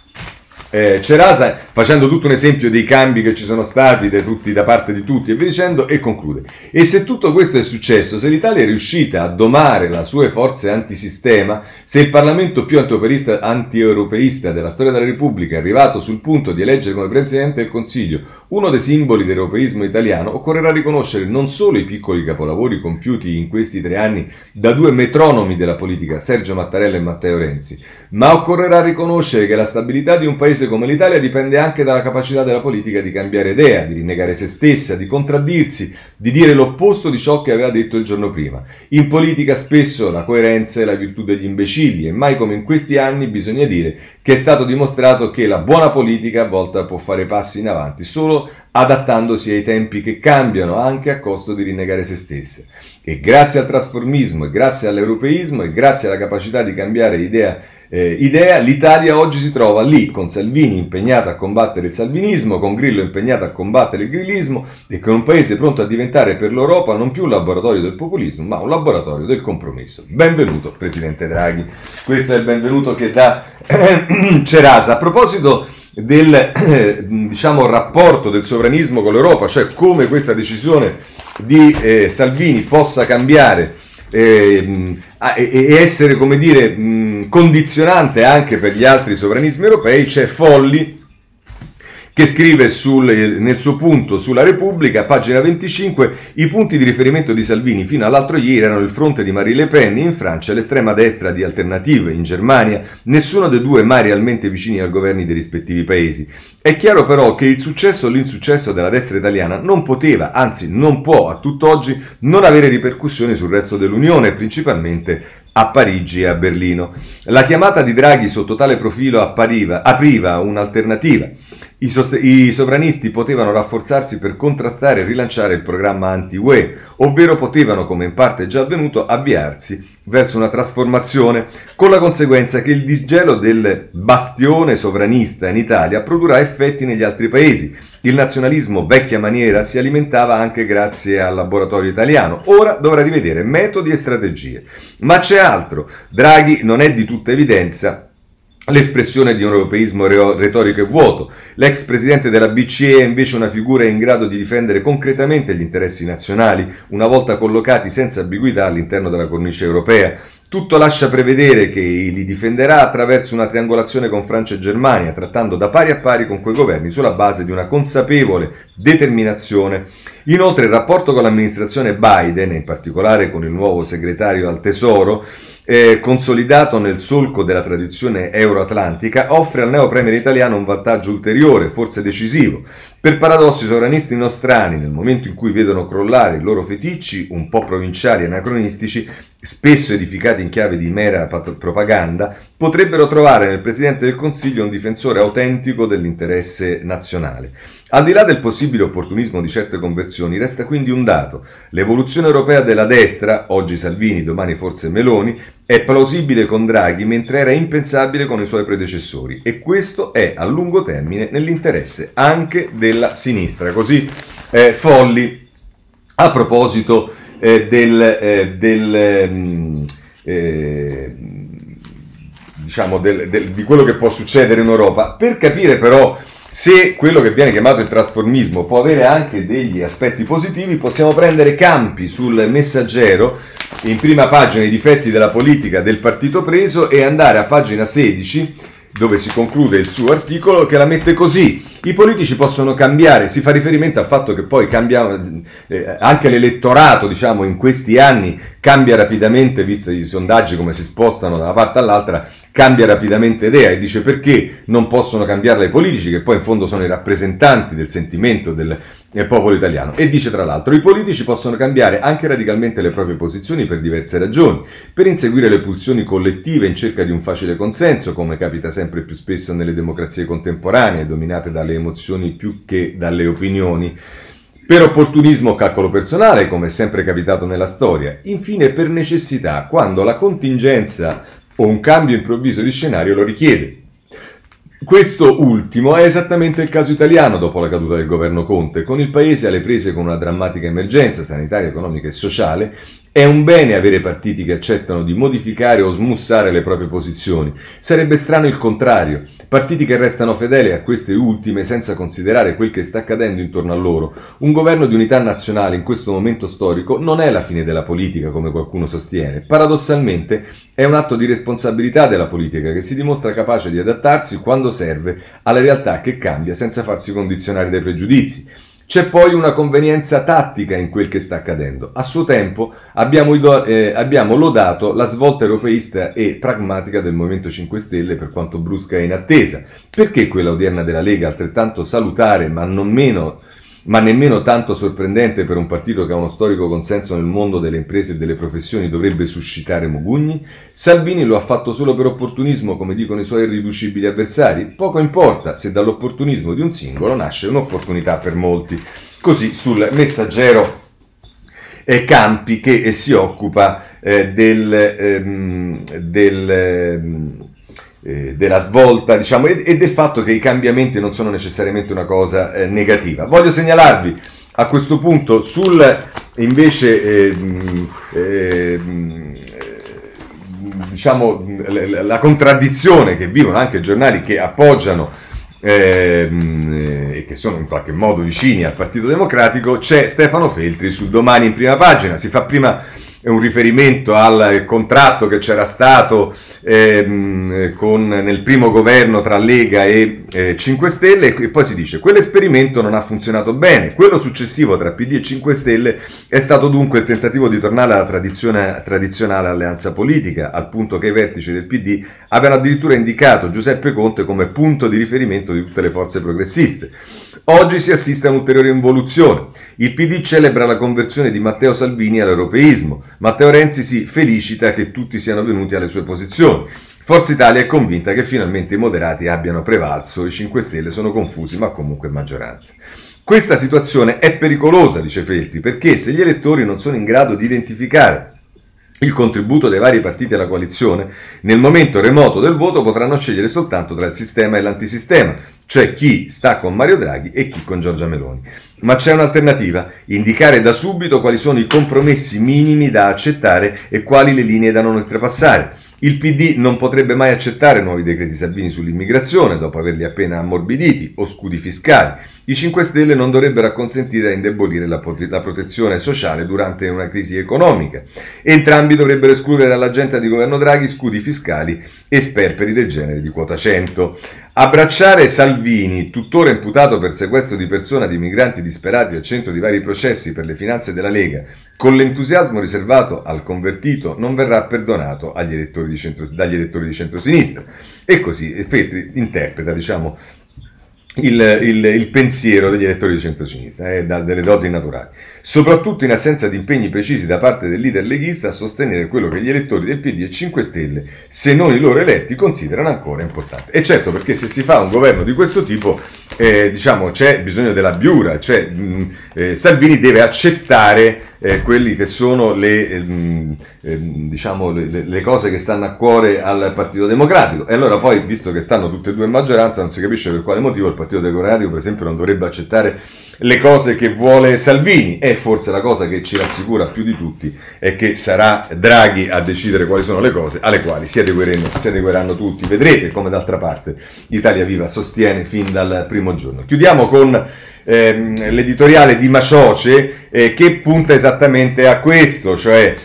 Cerasa, facendo tutto un esempio dei cambi che ci sono stati da parte di tutti e via dicendo, e conclude: e se tutto questo è successo, se l'Italia è riuscita a domare le sue forze antisistema, se il Parlamento più anti-europeista della storia della Repubblica è arrivato sul punto di eleggere come Presidente del Consiglio uno dei simboli dell'europeismo italiano, occorrerà riconoscere non solo i piccoli capolavori compiuti in questi 3 anni da 2 metronomi della politica, Sergio Mattarella e Matteo Renzi, ma occorrerà riconoscere che la stabilità di un paese come l'Italia dipende anche dalla capacità della politica di cambiare idea, di rinnegare se stessa, di contraddirsi, di dire l'opposto di ciò che aveva detto il giorno prima. In politica spesso la coerenza è la virtù degli imbecilli e mai come in questi anni bisogna dire che è stato dimostrato che la buona politica a volte può fare passi in avanti solo adattandosi ai tempi che cambiano, anche a costo di rinnegare se stesse. E grazie al trasformismo, e grazie all'europeismo, e grazie alla capacità di cambiare idea, l'Italia oggi si trova lì, con Salvini impegnato a combattere il salvinismo, con Grillo impegnato a combattere il grillismo, e con un paese pronto a diventare per l'Europa non più un laboratorio del populismo, ma un laboratorio del compromesso. Benvenuto, Presidente Draghi. Questo è il benvenuto che dà Cerasa. A proposito del rapporto del sovranismo con l'Europa, cioè come questa decisione di Salvini possa cambiare e essere, come dire, condizionante anche per gli altri sovranismi europei, c'è Folli che scrive nel suo punto sulla Repubblica, pagina 25, i punti di riferimento di Salvini fino all'altro ieri erano il fronte di Marine Le Pen in Francia e l'estrema destra di Alternative in Germania, nessuno dei due mai realmente vicini al governo dei rispettivi paesi. È chiaro però che il successo o l'insuccesso della destra italiana non poteva, anzi non può a tutt'oggi non avere ripercussioni sul resto dell'Unione, principalmente a Parigi e a Berlino. La chiamata di Draghi sotto tale profilo apriva un'alternativa. I sovranisti potevano rafforzarsi per contrastare e rilanciare il programma anti-UE, ovvero potevano, come in parte è già avvenuto, avviarsi verso una trasformazione, con la conseguenza che il disgelo del bastione sovranista in Italia produrrà effetti negli altri paesi. Il nazionalismo vecchia maniera si alimentava anche grazie al laboratorio italiano. Ora dovrà rivedere metodi e strategie. Ma c'è altro. Draghi non è di tutta evidenza l'espressione di un europeismo retorico e vuoto. L'ex presidente della BCE è invece una figura in grado di difendere concretamente gli interessi nazionali, una volta collocati senza ambiguità all'interno della cornice europea. Tutto lascia prevedere che li difenderà attraverso una triangolazione con Francia e Germania, trattando da pari a pari con quei governi sulla base di una consapevole determinazione. Inoltre il rapporto con l'amministrazione Biden, in particolare con il nuovo segretario al Tesoro, consolidato nel solco della tradizione euroatlantica, offre al neo-premier italiano un vantaggio ulteriore, forse decisivo. Per paradosso, i sovranisti nostrani, nel momento in cui vedono crollare i loro feticci, un po' provinciali e anacronistici, spesso edificati in chiave di mera propaganda, potrebbero trovare nel Presidente del Consiglio un difensore autentico dell'interesse nazionale. Al di là del possibile opportunismo di certe conversioni, resta quindi un dato. L'evoluzione europea della destra, oggi Salvini, domani forse Meloni, è plausibile con Draghi, mentre era impensabile con i suoi predecessori. E questo è, a lungo termine, nell'interesse anche della sinistra. Così Folli, a proposito di quello che può succedere in Europa. Per capire però se quello che viene chiamato il trasformismo può avere anche degli aspetti positivi, possiamo prendere Campi sul Messaggero, in prima pagina, i difetti della politica del partito preso, e andare a pagina 16, dove si conclude il suo articolo, che la mette così: i politici possono cambiare. Si fa riferimento al fatto che poi cambia anche l'elettorato, diciamo, in questi anni cambia rapidamente, visto i sondaggi come si spostano da una parte all'altra, cambia rapidamente idea, e dice: perché non possono cambiarla i politici, che poi in fondo sono i rappresentanti del sentimento del popolo italiano. E dice tra l'altro: i politici possono cambiare anche radicalmente le proprie posizioni per diverse ragioni, per inseguire le pulsioni collettive in cerca di un facile consenso, come capita sempre più spesso nelle democrazie contemporanee, dominate dalle emozioni più che dalle opinioni, per opportunismo o calcolo personale, come è sempre capitato nella storia, infine per necessità, quando la contingenza o un cambio improvviso di scenario lo richiede. Questo ultimo è esattamente il caso italiano dopo la caduta del governo Conte, con il paese alle prese con una drammatica emergenza sanitaria, economica e sociale. È un bene avere partiti che accettano di modificare o smussare le proprie posizioni. Sarebbe strano il contrario, partiti che restano fedeli a queste ultime senza considerare quel che sta accadendo intorno a loro. Un governo di unità nazionale in questo momento storico non è la fine della politica, come qualcuno sostiene. Paradossalmente è un atto di responsabilità della politica, che si dimostra capace di adattarsi quando serve alla realtà che cambia senza farsi condizionare dai pregiudizi. C'è poi una convenienza tattica in quel che sta accadendo. A suo tempo abbiamo lodato la svolta europeista e pragmatica del Movimento 5 Stelle, per quanto brusca e inattesa. Perché quella odierna della Lega, altrettanto salutare ma nemmeno tanto sorprendente per un partito che ha uno storico consenso nel mondo delle imprese e delle professioni, dovrebbe suscitare mugugni? Salvini lo ha fatto solo per opportunismo, come dicono i suoi irriducibili avversari? Poco importa se dall'opportunismo di un singolo nasce un'opportunità per molti. Così sul Messaggero Campi, che si occupa della svolta, diciamo, e del fatto che i cambiamenti non sono necessariamente una cosa negativa. Voglio segnalarvi a questo punto diciamo la contraddizione che vivono anche giornali che appoggiano e che sono in qualche modo vicini al Partito Democratico. C'è Stefano Feltri sul Domani in prima pagina, si fa prima un riferimento al contratto che c'era stato nel primo governo tra Lega e 5 Stelle, e poi si dice: quell'esperimento non ha funzionato bene, quello successivo tra PD e 5 Stelle è stato dunque il tentativo di tornare alla tradizionale alleanza politica, al punto che i vertici del PD avevano addirittura indicato Giuseppe Conte come punto di riferimento di tutte le forze progressiste. Oggi si assiste a un'ulteriore involuzione. Il PD celebra la conversione di Matteo Salvini all'europeismo. Matteo Renzi si felicita che tutti siano venuti alle sue posizioni. Forza Italia è convinta che finalmente i moderati abbiano prevalso, i 5 Stelle sono confusi, ma comunque maggioranza. Questa situazione è pericolosa, dice Feltri, perché se gli elettori non sono in grado di identificare il contributo dei vari partiti alla coalizione, nel momento remoto del voto potranno scegliere soltanto tra il sistema e l'antisistema, cioè chi sta con Mario Draghi e chi con Giorgia Meloni. Ma c'è un'alternativa: indicare da subito quali sono i compromessi minimi da accettare e quali le linee da non oltrepassare. Il PD non potrebbe mai accettare nuovi decreti Salvini sull'immigrazione dopo averli appena ammorbiditi o scudi fiscali. I 5 Stelle non dovrebbero acconsentire a indebolire la protezione sociale durante una crisi economica. Entrambi dovrebbero escludere dall'agenda di governo Draghi scudi fiscali e sperperi del genere di quota 100. Abbracciare Salvini, tuttora imputato per sequestro di persona di migranti disperati al centro di vari processi per le finanze della Lega, con l'entusiasmo riservato al convertito, non verrà perdonato dagli elettori di centrosinistra. E così Feltri interpreta, diciamo, il pensiero degli elettori di centrosinistra, delle doti naturali, soprattutto in assenza di impegni precisi da parte del leader leghista a sostenere quello che gli elettori del PD e 5 Stelle, se non i loro eletti, considerano ancora importante. E certo, perché se si fa un governo di questo tipo, diciamo, c'è bisogno della biura, cioè Salvini deve accettare quelli che sono diciamo, le cose che stanno a cuore al Partito Democratico. E allora poi, visto che stanno tutte e due in maggioranza, non si capisce per quale motivo il Partito Democratico, per esempio, non dovrebbe accettare le cose che vuole Salvini. E forse la cosa che ci rassicura più di tutti è che sarà Draghi a decidere quali sono le cose alle quali si adegueranno tutti. Vedrete come d'altra parte Italia Viva sostiene fin dal primo giorno. Chiudiamo con l'editoriale di Macioce che punta esattamente a questo, cioè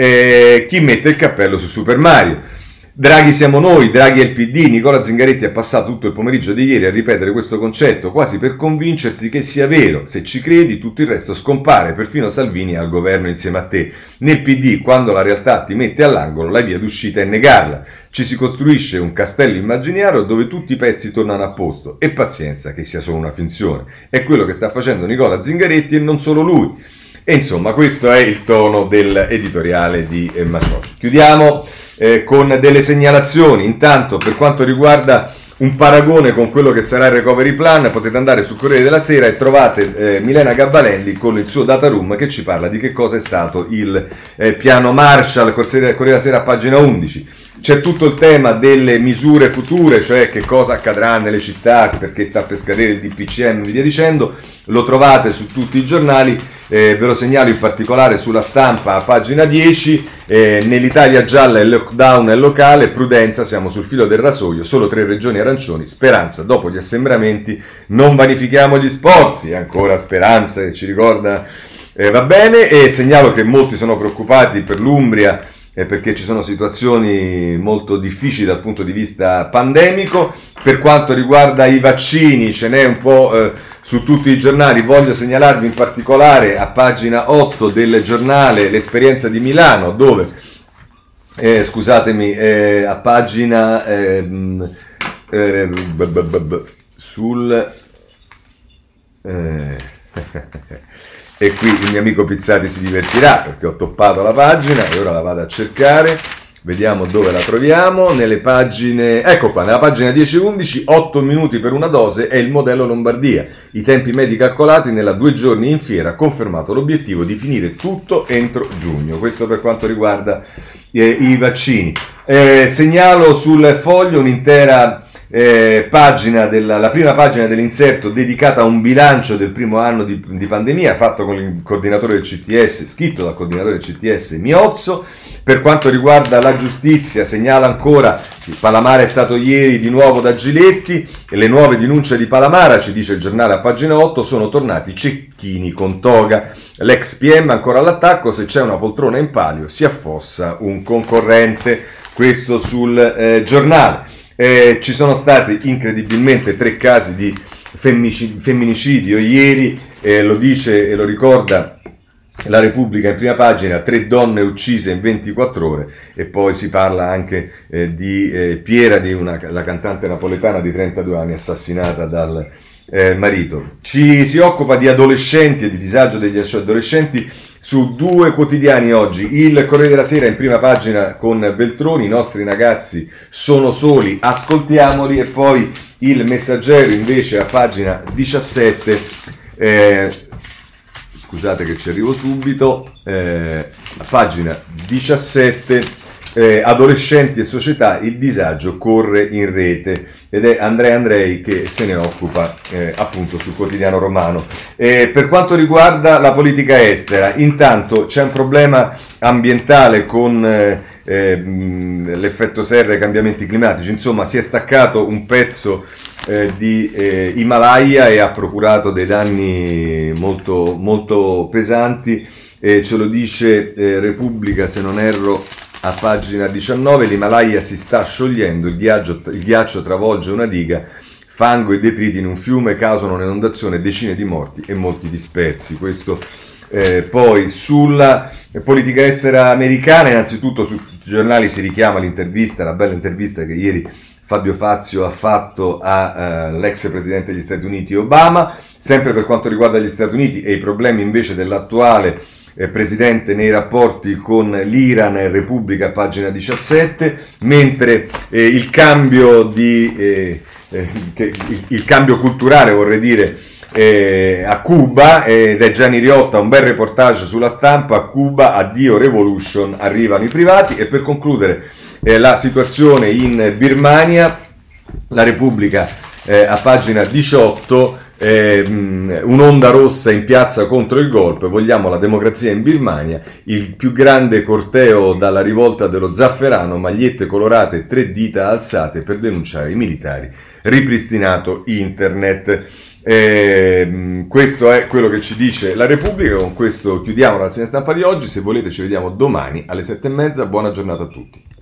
chi mette il cappello su Super Mario. Draghi siamo noi, Draghi è il PD. Nicola Zingaretti ha passato tutto il pomeriggio di ieri a ripetere questo concetto, quasi per convincersi che sia vero. Se ci credi, tutto il resto scompare, perfino Salvini è al governo insieme a te. Nel PD, quando la realtà ti mette all'angolo, la via d'uscita è negarla. Ci si costruisce un castello immaginario dove tutti i pezzi tornano a posto. E pazienza che sia solo una finzione. È quello che sta facendo Nicola Zingaretti e non solo lui. E insomma, questo è il tono dell'editoriale di Macioce. Chiudiamo con delle segnalazioni. Intanto, per quanto riguarda un paragone con quello che sarà il recovery plan, potete andare sul Corriere della Sera e trovate Milena Gabbanelli con il suo data room che ci parla di che cosa è stato il piano Marshall. Corriere della Sera, pagina 11. C'è tutto il tema delle misure future, cioè che cosa accadrà nelle città, perché sta per scadere il DPCM e via dicendo. Lo trovate su tutti i giornali, ve lo segnalo in particolare sulla Stampa, a pagina 10. Nell'Italia gialla il lockdown è locale, prudenza, siamo sul filo del rasoio, solo 3 regioni arancioni, Speranza, dopo gli assembramenti non vanifichiamo gli sforzi, ancora Speranza che ci ricorda, va bene, e segnalo che molti sono preoccupati per l'Umbria, perché ci sono situazioni molto difficili dal punto di vista pandemico. Per quanto riguarda i vaccini, ce n'è un po' su tutti i giornali. Voglio segnalarvi in particolare a pagina 8 del giornale l'esperienza di Milano, dove a pagina sul e qui il mio amico Pizzati si divertirà perché ho toppato la pagina e ora la vado a cercare, vediamo dove la troviamo. Nelle pagine, ecco qua, nella pagina 10-11, 8 minuti per una dose è il modello Lombardia, i tempi medi calcolati nella 2 giorni in fiera, confermato l'obiettivo di finire tutto entro giugno. Questo per quanto riguarda i vaccini. Segnalo sul Foglio un'intera pagina la prima pagina dell'inserto dedicata a un bilancio del primo anno di pandemia fatto con il coordinatore del CTS, scritto dal coordinatore del CTS Miozzo. Per quanto riguarda la giustizia, segnala ancora Palamara è stato ieri di nuovo da Giletti e le nuove denunce di Palamara, ci dice il giornale a pagina 8, sono tornati cecchini con toga. L'ex PM ancora all'attacco, se c'è una poltrona in palio si affossa un concorrente. Questo sul giornale. Ci sono stati incredibilmente 3 casi di femminicidio ieri, lo dice e lo ricorda la Repubblica in prima pagina, 3 donne uccise in 24 ore, e poi si parla anche di Piera, la cantante napoletana di 32 anni assassinata dal marito. Ci si occupa di adolescenti e di disagio degli adolescenti su 2 quotidiani oggi. Il Corriere della Sera in prima pagina con Veltroni, i nostri ragazzi sono soli, ascoltiamoli, e poi il Messaggero invece a pagina 17, scusate che ci arrivo subito, a pagina 17, adolescenti e società, il disagio corre in rete, ed è Andrea Andrei che se ne occupa appunto sul Quotidiano Romano. Per quanto riguarda la politica estera, intanto c'è un problema ambientale con l'effetto serra e i cambiamenti climatici. Insomma, si è staccato un pezzo di Himalaya e ha procurato dei danni molto, molto pesanti. Ce lo dice Repubblica, se non erro, a pagina 19. L'Himalaya si sta sciogliendo, il ghiaccio travolge una diga, fango e detriti in un fiume causano un'inondazione, decine di morti e molti dispersi. Questo poi sulla politica estera americana, innanzitutto su tutti i giornali si richiama l'intervista, la bella intervista che ieri Fabio Fazio ha fatto all'ex presidente degli Stati Uniti Obama, sempre per quanto riguarda gli Stati Uniti e i problemi invece dell'attuale presidente nei rapporti con l'Iran e Repubblica, pagina 17, mentre il cambio culturale, vorrei dire, a Cuba, ed è Gianni Riotta, un bel reportage sulla Stampa. A Cuba, addio revolution, arrivano i privati. E per concludere la situazione in Birmania, la Repubblica a pagina 18, un'onda rossa in piazza contro il golpe, vogliamo la democrazia in Birmania, il più grande corteo dalla rivolta dello zafferano, magliette colorate, 3 dita alzate per denunciare i militari, ripristinato internet. Questo è quello che ci dice la Repubblica. Con questo chiudiamo la rassegna stampa di oggi. Se volete ci vediamo domani alle 7:30. Buona giornata a tutti.